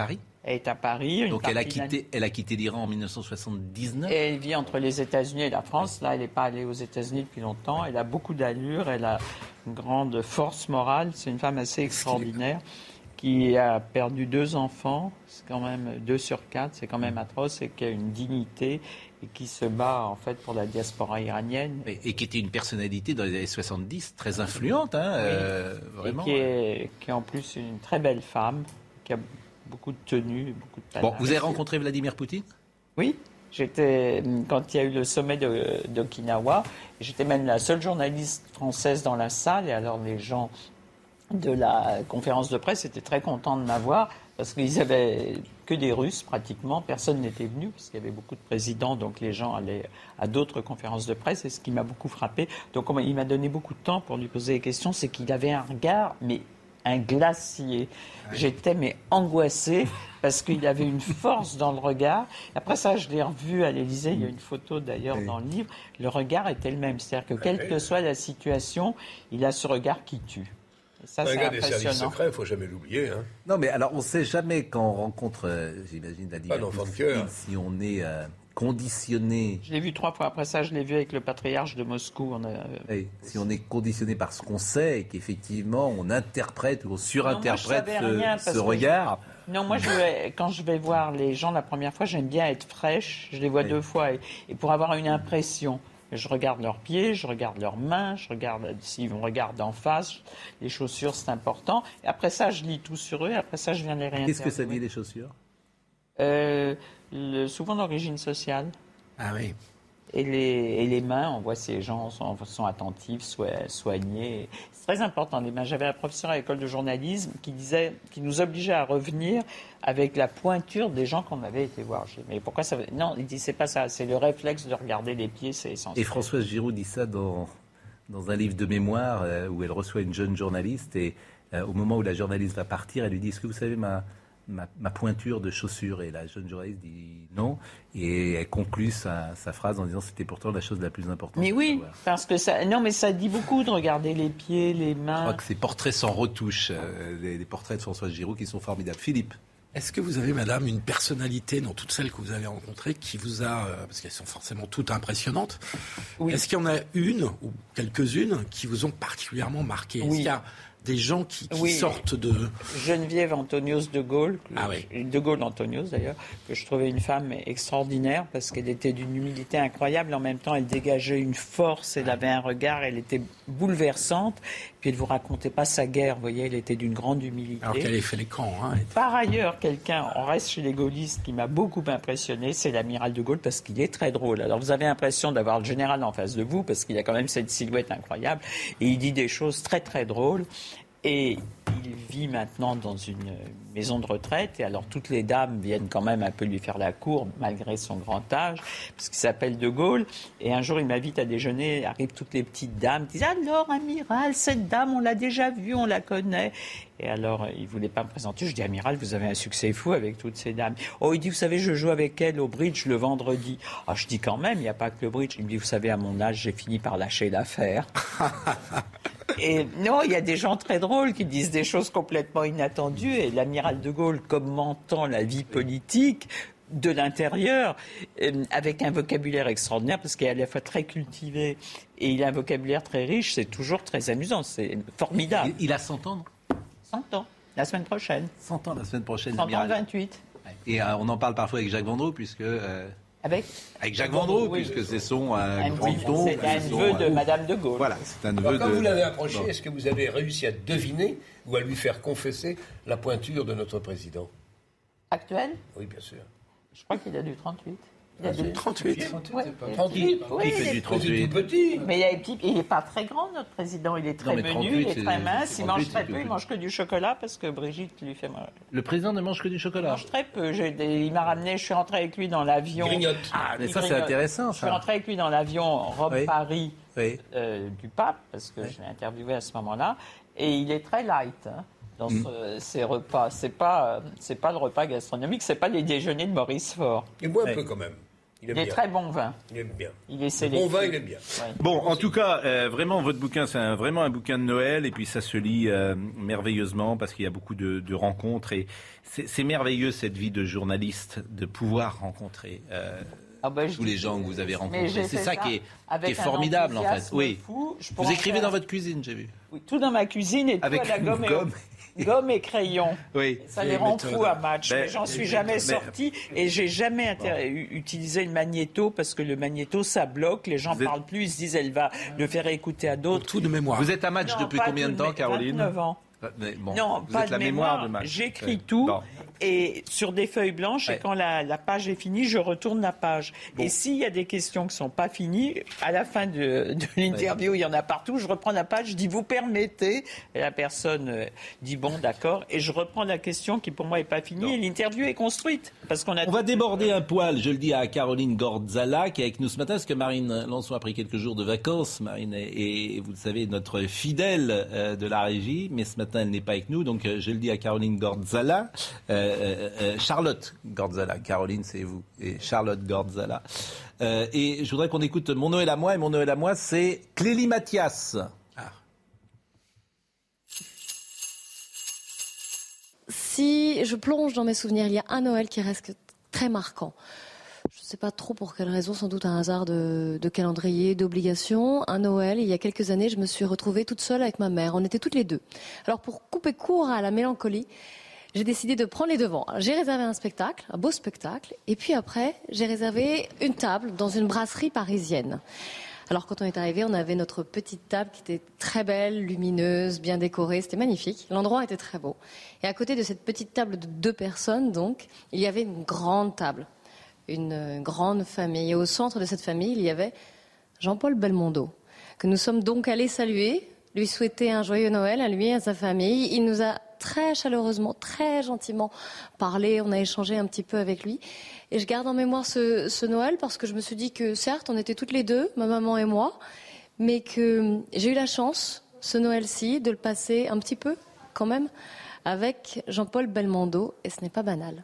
Elle est à Paris. Donc elle a, quitté, elle a quitté l'Iran en dix-neuf cent soixante-dix-neuf. Et elle vit entre les États-Unis et la France. Là, elle n'est pas allée aux États-Unis depuis longtemps. Elle a beaucoup d'allure. Elle a une grande force morale. C'est une femme assez extraordinaire qui a perdu deux enfants. C'est quand même deux sur quatre. C'est quand même atroce et qui a une dignité et qui se bat en fait pour la diaspora iranienne. Et, et qui était une personnalité dans les années soixante-dix très influente, hein, oui. euh, vraiment. Et qui est, qui est en plus une très belle femme, qui a beaucoup de tenue, beaucoup de talent. Bon, vous avez rencontré Vladimir Poutine ? Oui, j'étais quand il y a eu le sommet de, d'Okinawa, j'étais même la seule journaliste française dans la salle, et alors les gens de la conférence de presse étaient très contents de m'avoir, parce qu'ils avaient que des Russes pratiquement, personne n'était venu, parce qu'il y avait beaucoup de présidents, donc les gens allaient à d'autres conférences de presse, et ce qui m'a beaucoup frappé, donc il m'a donné beaucoup de temps pour lui poser des questions, c'est qu'il avait un regard, mais un glacier. J'étais mais angoissée parce qu'il avait une force dans le regard. Après ça, je l'ai revu à l'Élysée. Il y a une photo d'ailleurs oui. dans le livre. Le regard était le même. C'est-à-dire que quelle que soit la situation, il a ce regard qui tue. Et ça, c'est impressionnant. impressionnant. Les services secrets, il ne faut jamais l'oublier. Hein. Non, mais alors, on ne sait jamais quand on rencontre, euh, j'imagine, Vladimir Poutine, si on est... Euh... conditionné. Je l'ai vu trois fois. Après ça, je l'ai vu avec le patriarche de Moscou. On a... oui, si on est conditionné par ce qu'on sait et qu'effectivement on interprète ou on surinterprète non, moi, ce, ce regard. Je... Non, moi, je vais, quand je vais voir les gens la première fois, j'aime bien être fraîche. Je les vois oui. deux fois. Et, et pour avoir une impression, je regarde leurs pieds, je regarde leurs mains, je regarde s'ils me regardent en face. Les chaussures, c'est important. Et après ça, je lis tout sur eux. Et après ça, je viens les réinterviewer. Qu'est-ce que ça dit, les chaussures euh, le, souvent d'origine sociale. Ah oui. Et les, et les mains, on voit si les gens sont, sont attentifs, so, soignés. C'est très important, les mains. J'avais un professeur à l'école de journalisme qui disait, qui nous obligeait à revenir avec la pointure des gens qu'on avait été voir. Je dis, mais pourquoi ça... Non, il dit, c'est pas ça. C'est le réflexe de regarder les pieds, c'est essentiel. Et Françoise Giroud dit ça dans, dans un livre de mémoire euh, où elle reçoit une jeune journaliste et euh, au moment où la journaliste va partir, elle lui dit, est-ce que vous savez ma... Ma, ma pointure de chaussure, et la jeune journaliste dit non, et elle conclut sa, sa phrase en disant c'était pourtant la chose la plus importante. Mais oui, parce que ça, non, mais ça dit beaucoup de regarder les pieds, les mains. Je crois que ces portraits sans retouche, euh, les, les portraits de Françoise Giroud qui sont formidables. Philippe. Est-ce que vous avez, madame, une personnalité dans toutes celles que vous avez rencontrées qui vous a, euh, parce qu'elles sont forcément toutes impressionnantes, oui. Est-ce qu'il y en a une ou quelques-unes qui vous ont particulièrement marqué ? Oui. Est-ce qu'il y a des gens qui, qui oui. sortent de... Geneviève Antonios de Gaulle, ah oui. de Gaulle Antonios d'ailleurs, que je trouvais une femme extraordinaire parce qu'elle était d'une humilité incroyable, en même temps elle dégageait une force, elle avait un regard, elle était bouleversante, puis elle ne vous racontait pas sa guerre, vous voyez, elle était d'une grande humilité. Alors qu'elle avait fait les camps. Hein, était... Par ailleurs, quelqu'un, on reste chez les gaullistes, qui m'a beaucoup impressionné, c'est l'amiral de Gaulle parce qu'il est très drôle. Alors vous avez l'impression d'avoir le général en face de vous parce qu'il a quand même cette silhouette incroyable et il dit des choses très très drôles. Et il vit maintenant dans une maison de retraite. Et alors, toutes les dames viennent quand même un peu lui faire la cour, malgré son grand âge, parce qu'il s'appelle De Gaulle. Et un jour, il m'invite à déjeuner. Arrivent toutes les petites dames, disent « Alors, amiral, cette dame, on l'a déjà vue, on la connaît. » Et alors, il ne voulait pas me présenter. Je dis « Amiral, vous avez un succès fou avec toutes ces dames. » Oh, il dit « Vous savez, je joue avec elle au bridge le vendredi. » Ah, je dis « Quand même, il n'y a pas que le bridge. » Il me dit « Vous savez, à mon âge, j'ai fini par lâcher l'affaire. » Et non, il y a des gens très drôles qui disent des choses complètement inattendues. Et l'amiral de Gaulle, commentant la vie politique de l'intérieur, euh, avec un vocabulaire extraordinaire, parce qu'il est à la fois très cultivé et il a un vocabulaire très riche, c'est toujours très amusant, c'est formidable. Il, il a cent ans, non ? cent ans, la semaine prochaine. cent ans la semaine prochaine, cent ans le vingt-huit. Et euh, on en parle parfois avec Jacques Vendroux, puisque... Euh... Avec Avec Jacques Vendroux, oui, puisque c'est son euh, grand-oncle. C'est un neveu de Madame de Gaulle. Voilà, c'est un neveu Alors, quand de... vous l'avez approché, est-ce que vous avez réussi à deviner ou à lui faire confesser la pointure de notre président ? Actuel ? Oui, bien sûr. Je crois qu'il a du trente-huit. Il a ah, du trente-huit. Ouais. trente-huit. Oui, il fait du trente-huit. Tout petit. Mais il n'est pas très grand, notre président. Il est très non, menu, il est très mince. Il mange très peu, il il mange que du chocolat parce que Brigitte lui fait mal. Le président ne mange que du chocolat. Il mange très peu. J'ai des... Il m'a ramené, je suis rentré avec lui dans l'avion. Grignote. Ah, mais ça, c'est intéressant, ça. Je suis rentré avec lui dans l'avion Rome-Paris oui. euh, du pape, parce que oui. je l'ai interviewé à ce moment-là. Et il est très light. Hein. Dans mm. ce, ses repas, c'est pas, c'est pas le repas gastronomique, c'est pas les déjeuners de Maurice Faure. Et moi un ouais. peu quand même. Il, il est bien. Très bon vin. Il aime bien. Il est sélectif. Bon vin, il aime bien. Ouais. Bon, en tout cas, euh, vraiment, votre bouquin, c'est un, vraiment un bouquin de Noël. Et puis, ça se lit euh, merveilleusement parce qu'il y a beaucoup de, de rencontres. Et c'est, c'est merveilleux, cette vie de journaliste, de pouvoir rencontrer euh, ah bah, tous les gens que vous avez rencontrés. C'est ça, ça qui est, qui est formidable, en fait. Oui. Fou, vous écrivez faire... dans votre cuisine, j'ai vu. Oui, tout dans ma cuisine et avec tout à la gomme. gomme. Et... Gomme et crayon. Oui. Ça les rend fous à match. Mais, mais j'en suis jamais mais... sorti et j'ai jamais inter... utilisé le magnéto parce que le magnéto ça bloque. Les gens vous parlent êtes... plus, ils se disent elle va le faire écouter à d'autres. Tout de mémoire. Vous êtes à match non, depuis combien de temps, Caroline? vingt-neuf ans. Mais bon, non, vous pas êtes de la mémoire. mémoire de match. J'écris ouais. tout. Bon. Et sur des feuilles blanches, ouais. Et quand la, la page est finie, je retourne la page. Bon. Et s'il y a des questions qui ne sont pas finies, à la fin de, de l'interview, ouais. Il y en a partout, je reprends la page, je dis « vous permettez ?» Et la personne euh, dit « bon, d'accord ». Et je reprends la question qui pour moi n'est pas finie non. Et l'interview est construite. Parce qu'on a On va déborder un poil, je le dis à Caroline Gordzala qui est avec nous ce matin, parce que Marine Lançon a pris quelques jours de vacances. Marine est, est vous le savez, notre fidèle euh, de la régie, mais ce matin elle n'est pas avec nous, donc euh, je le dis à Caroline Gordzala. Euh, euh, Charlotte Gordzala, Caroline c'est vous, et Charlotte Gordzala. Euh, et je voudrais qu'on écoute Mon Noël à moi, et Mon Noël à moi c'est Clélie Mathias. Ah. Si je plonge dans mes souvenirs, il y a un Noël qui reste très marquant. Je ne sais pas trop pour quelle raison, sans doute un hasard de, de calendrier, d'obligation. Un Noël, il y a quelques années, je me suis retrouvée toute seule avec ma mère. On était toutes les deux. Alors pour couper court à la mélancolie, j'ai décidé de prendre les devants. J'ai réservé un spectacle, un beau spectacle, et puis après, j'ai réservé une table dans une brasserie parisienne. Alors quand on est arrivé, on avait notre petite table qui était très belle, lumineuse, bien décorée, c'était magnifique. L'endroit était très beau. Et à côté de cette petite table de deux personnes, donc, il y avait une grande table, une grande famille. Et au centre de cette famille, il y avait Jean-Paul Belmondo, que nous sommes donc allés saluer, lui souhaiter un joyeux Noël à lui et à sa famille. Il nous a très chaleureusement, très gentiment parlé, on a échangé un petit peu avec lui. Et je garde en mémoire ce, ce Noël parce que je me suis dit que certes, on était toutes les deux, ma maman et moi, mais que j'ai eu la chance, ce Noël-ci, de le passer un petit peu, quand même, avec Jean-Paul Belmondo, et ce n'est pas banal.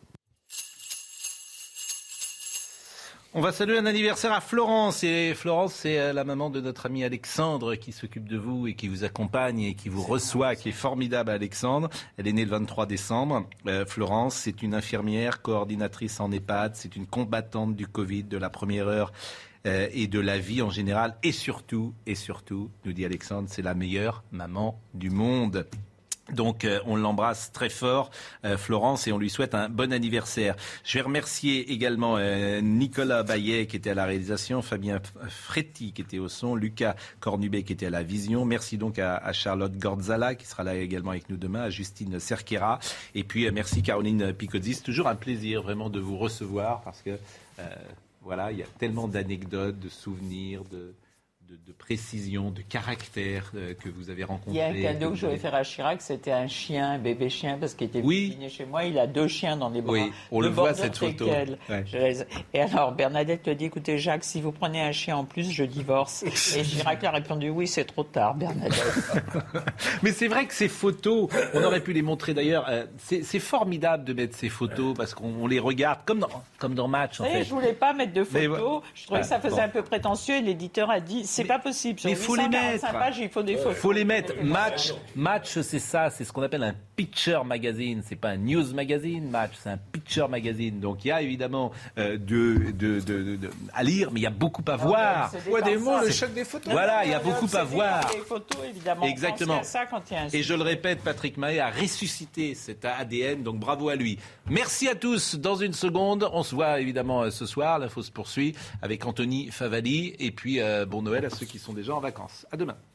On va saluer un anniversaire à Florence. Et Florence, c'est la maman de notre ami Alexandre qui s'occupe de vous et qui vous accompagne et qui vous reçoit, qui est formidable, Alexandre. Elle est née le vingt-trois décembre. Euh, Florence, c'est une infirmière, coordinatrice en EHPAD. C'est une combattante du Covid, de la première heure euh, et de la vie en général. Et surtout, et surtout, nous dit Alexandre, c'est la meilleure maman du monde. Donc euh, on l'embrasse très fort, euh, Florence, et on lui souhaite un bon anniversaire. Je vais remercier également euh, Nicolas Baillet qui était à la réalisation, Fabien Fretti qui était au son, Lucas Cornubet qui était à la vision. Merci donc à, à Charlotte Gordzala qui sera là également avec nous demain, à Justine Cerquera. Et puis euh, merci Caroline Picozzi. C'est toujours un plaisir vraiment de vous recevoir parce que euh, voilà, il y a tellement d'anecdotes, de souvenirs, de... De, de précision, de caractère euh, que vous avez rencontré. Il y a un cadeau que, que je vais faire à Chirac, c'était un chien, un bébé chien, parce qu'il était oui. Dîner chez moi. Il a deux chiens dans les bras. Oui, on le, le voit cette photo. Ouais. Je... Et alors Bernadette lui a dit, écoutez Jacques, si vous prenez un chien en plus, je divorce. Et Chirac a répondu, oui, c'est trop tard, Bernadette. Mais c'est vrai que ces photos, on aurait pu les montrer d'ailleurs. Euh, c'est, c'est formidable de mettre ces photos parce qu'on on les regarde comme dans, comme dans Match. En fait. Je ne voulais pas mettre de photos. Mais, je trouvais ah, que ça faisait bon. un peu prétentieux. Et l'éditeur a dit, c'est mais, pas possible. Mais il faut les mettre. Pages, il faut des photos. faut les mettre. Match, match, c'est ça. C'est ce qu'on appelle un picture magazine. C'est pas un news magazine. Match, c'est un picture magazine. Donc il y a évidemment euh, de, de, de, de, de à lire, mais il y a beaucoup à non, voir. Ouais, des mots, le choc des photos. Voilà, il y a beaucoup à voir. Des photos, évidemment. Exactement. À ça quand il y a un Et je le répète, Patrick Mahé a ressuscité cet A D N. Donc bravo à lui. Merci à tous. Dans une seconde, on se voit évidemment ce soir. L'info se poursuit avec Anthony Favali. Et puis euh, bon Noël à ceux qui sont déjà en vacances. À demain.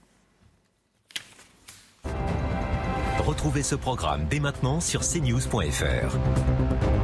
Retrouvez ce programme dès maintenant sur c news point f r.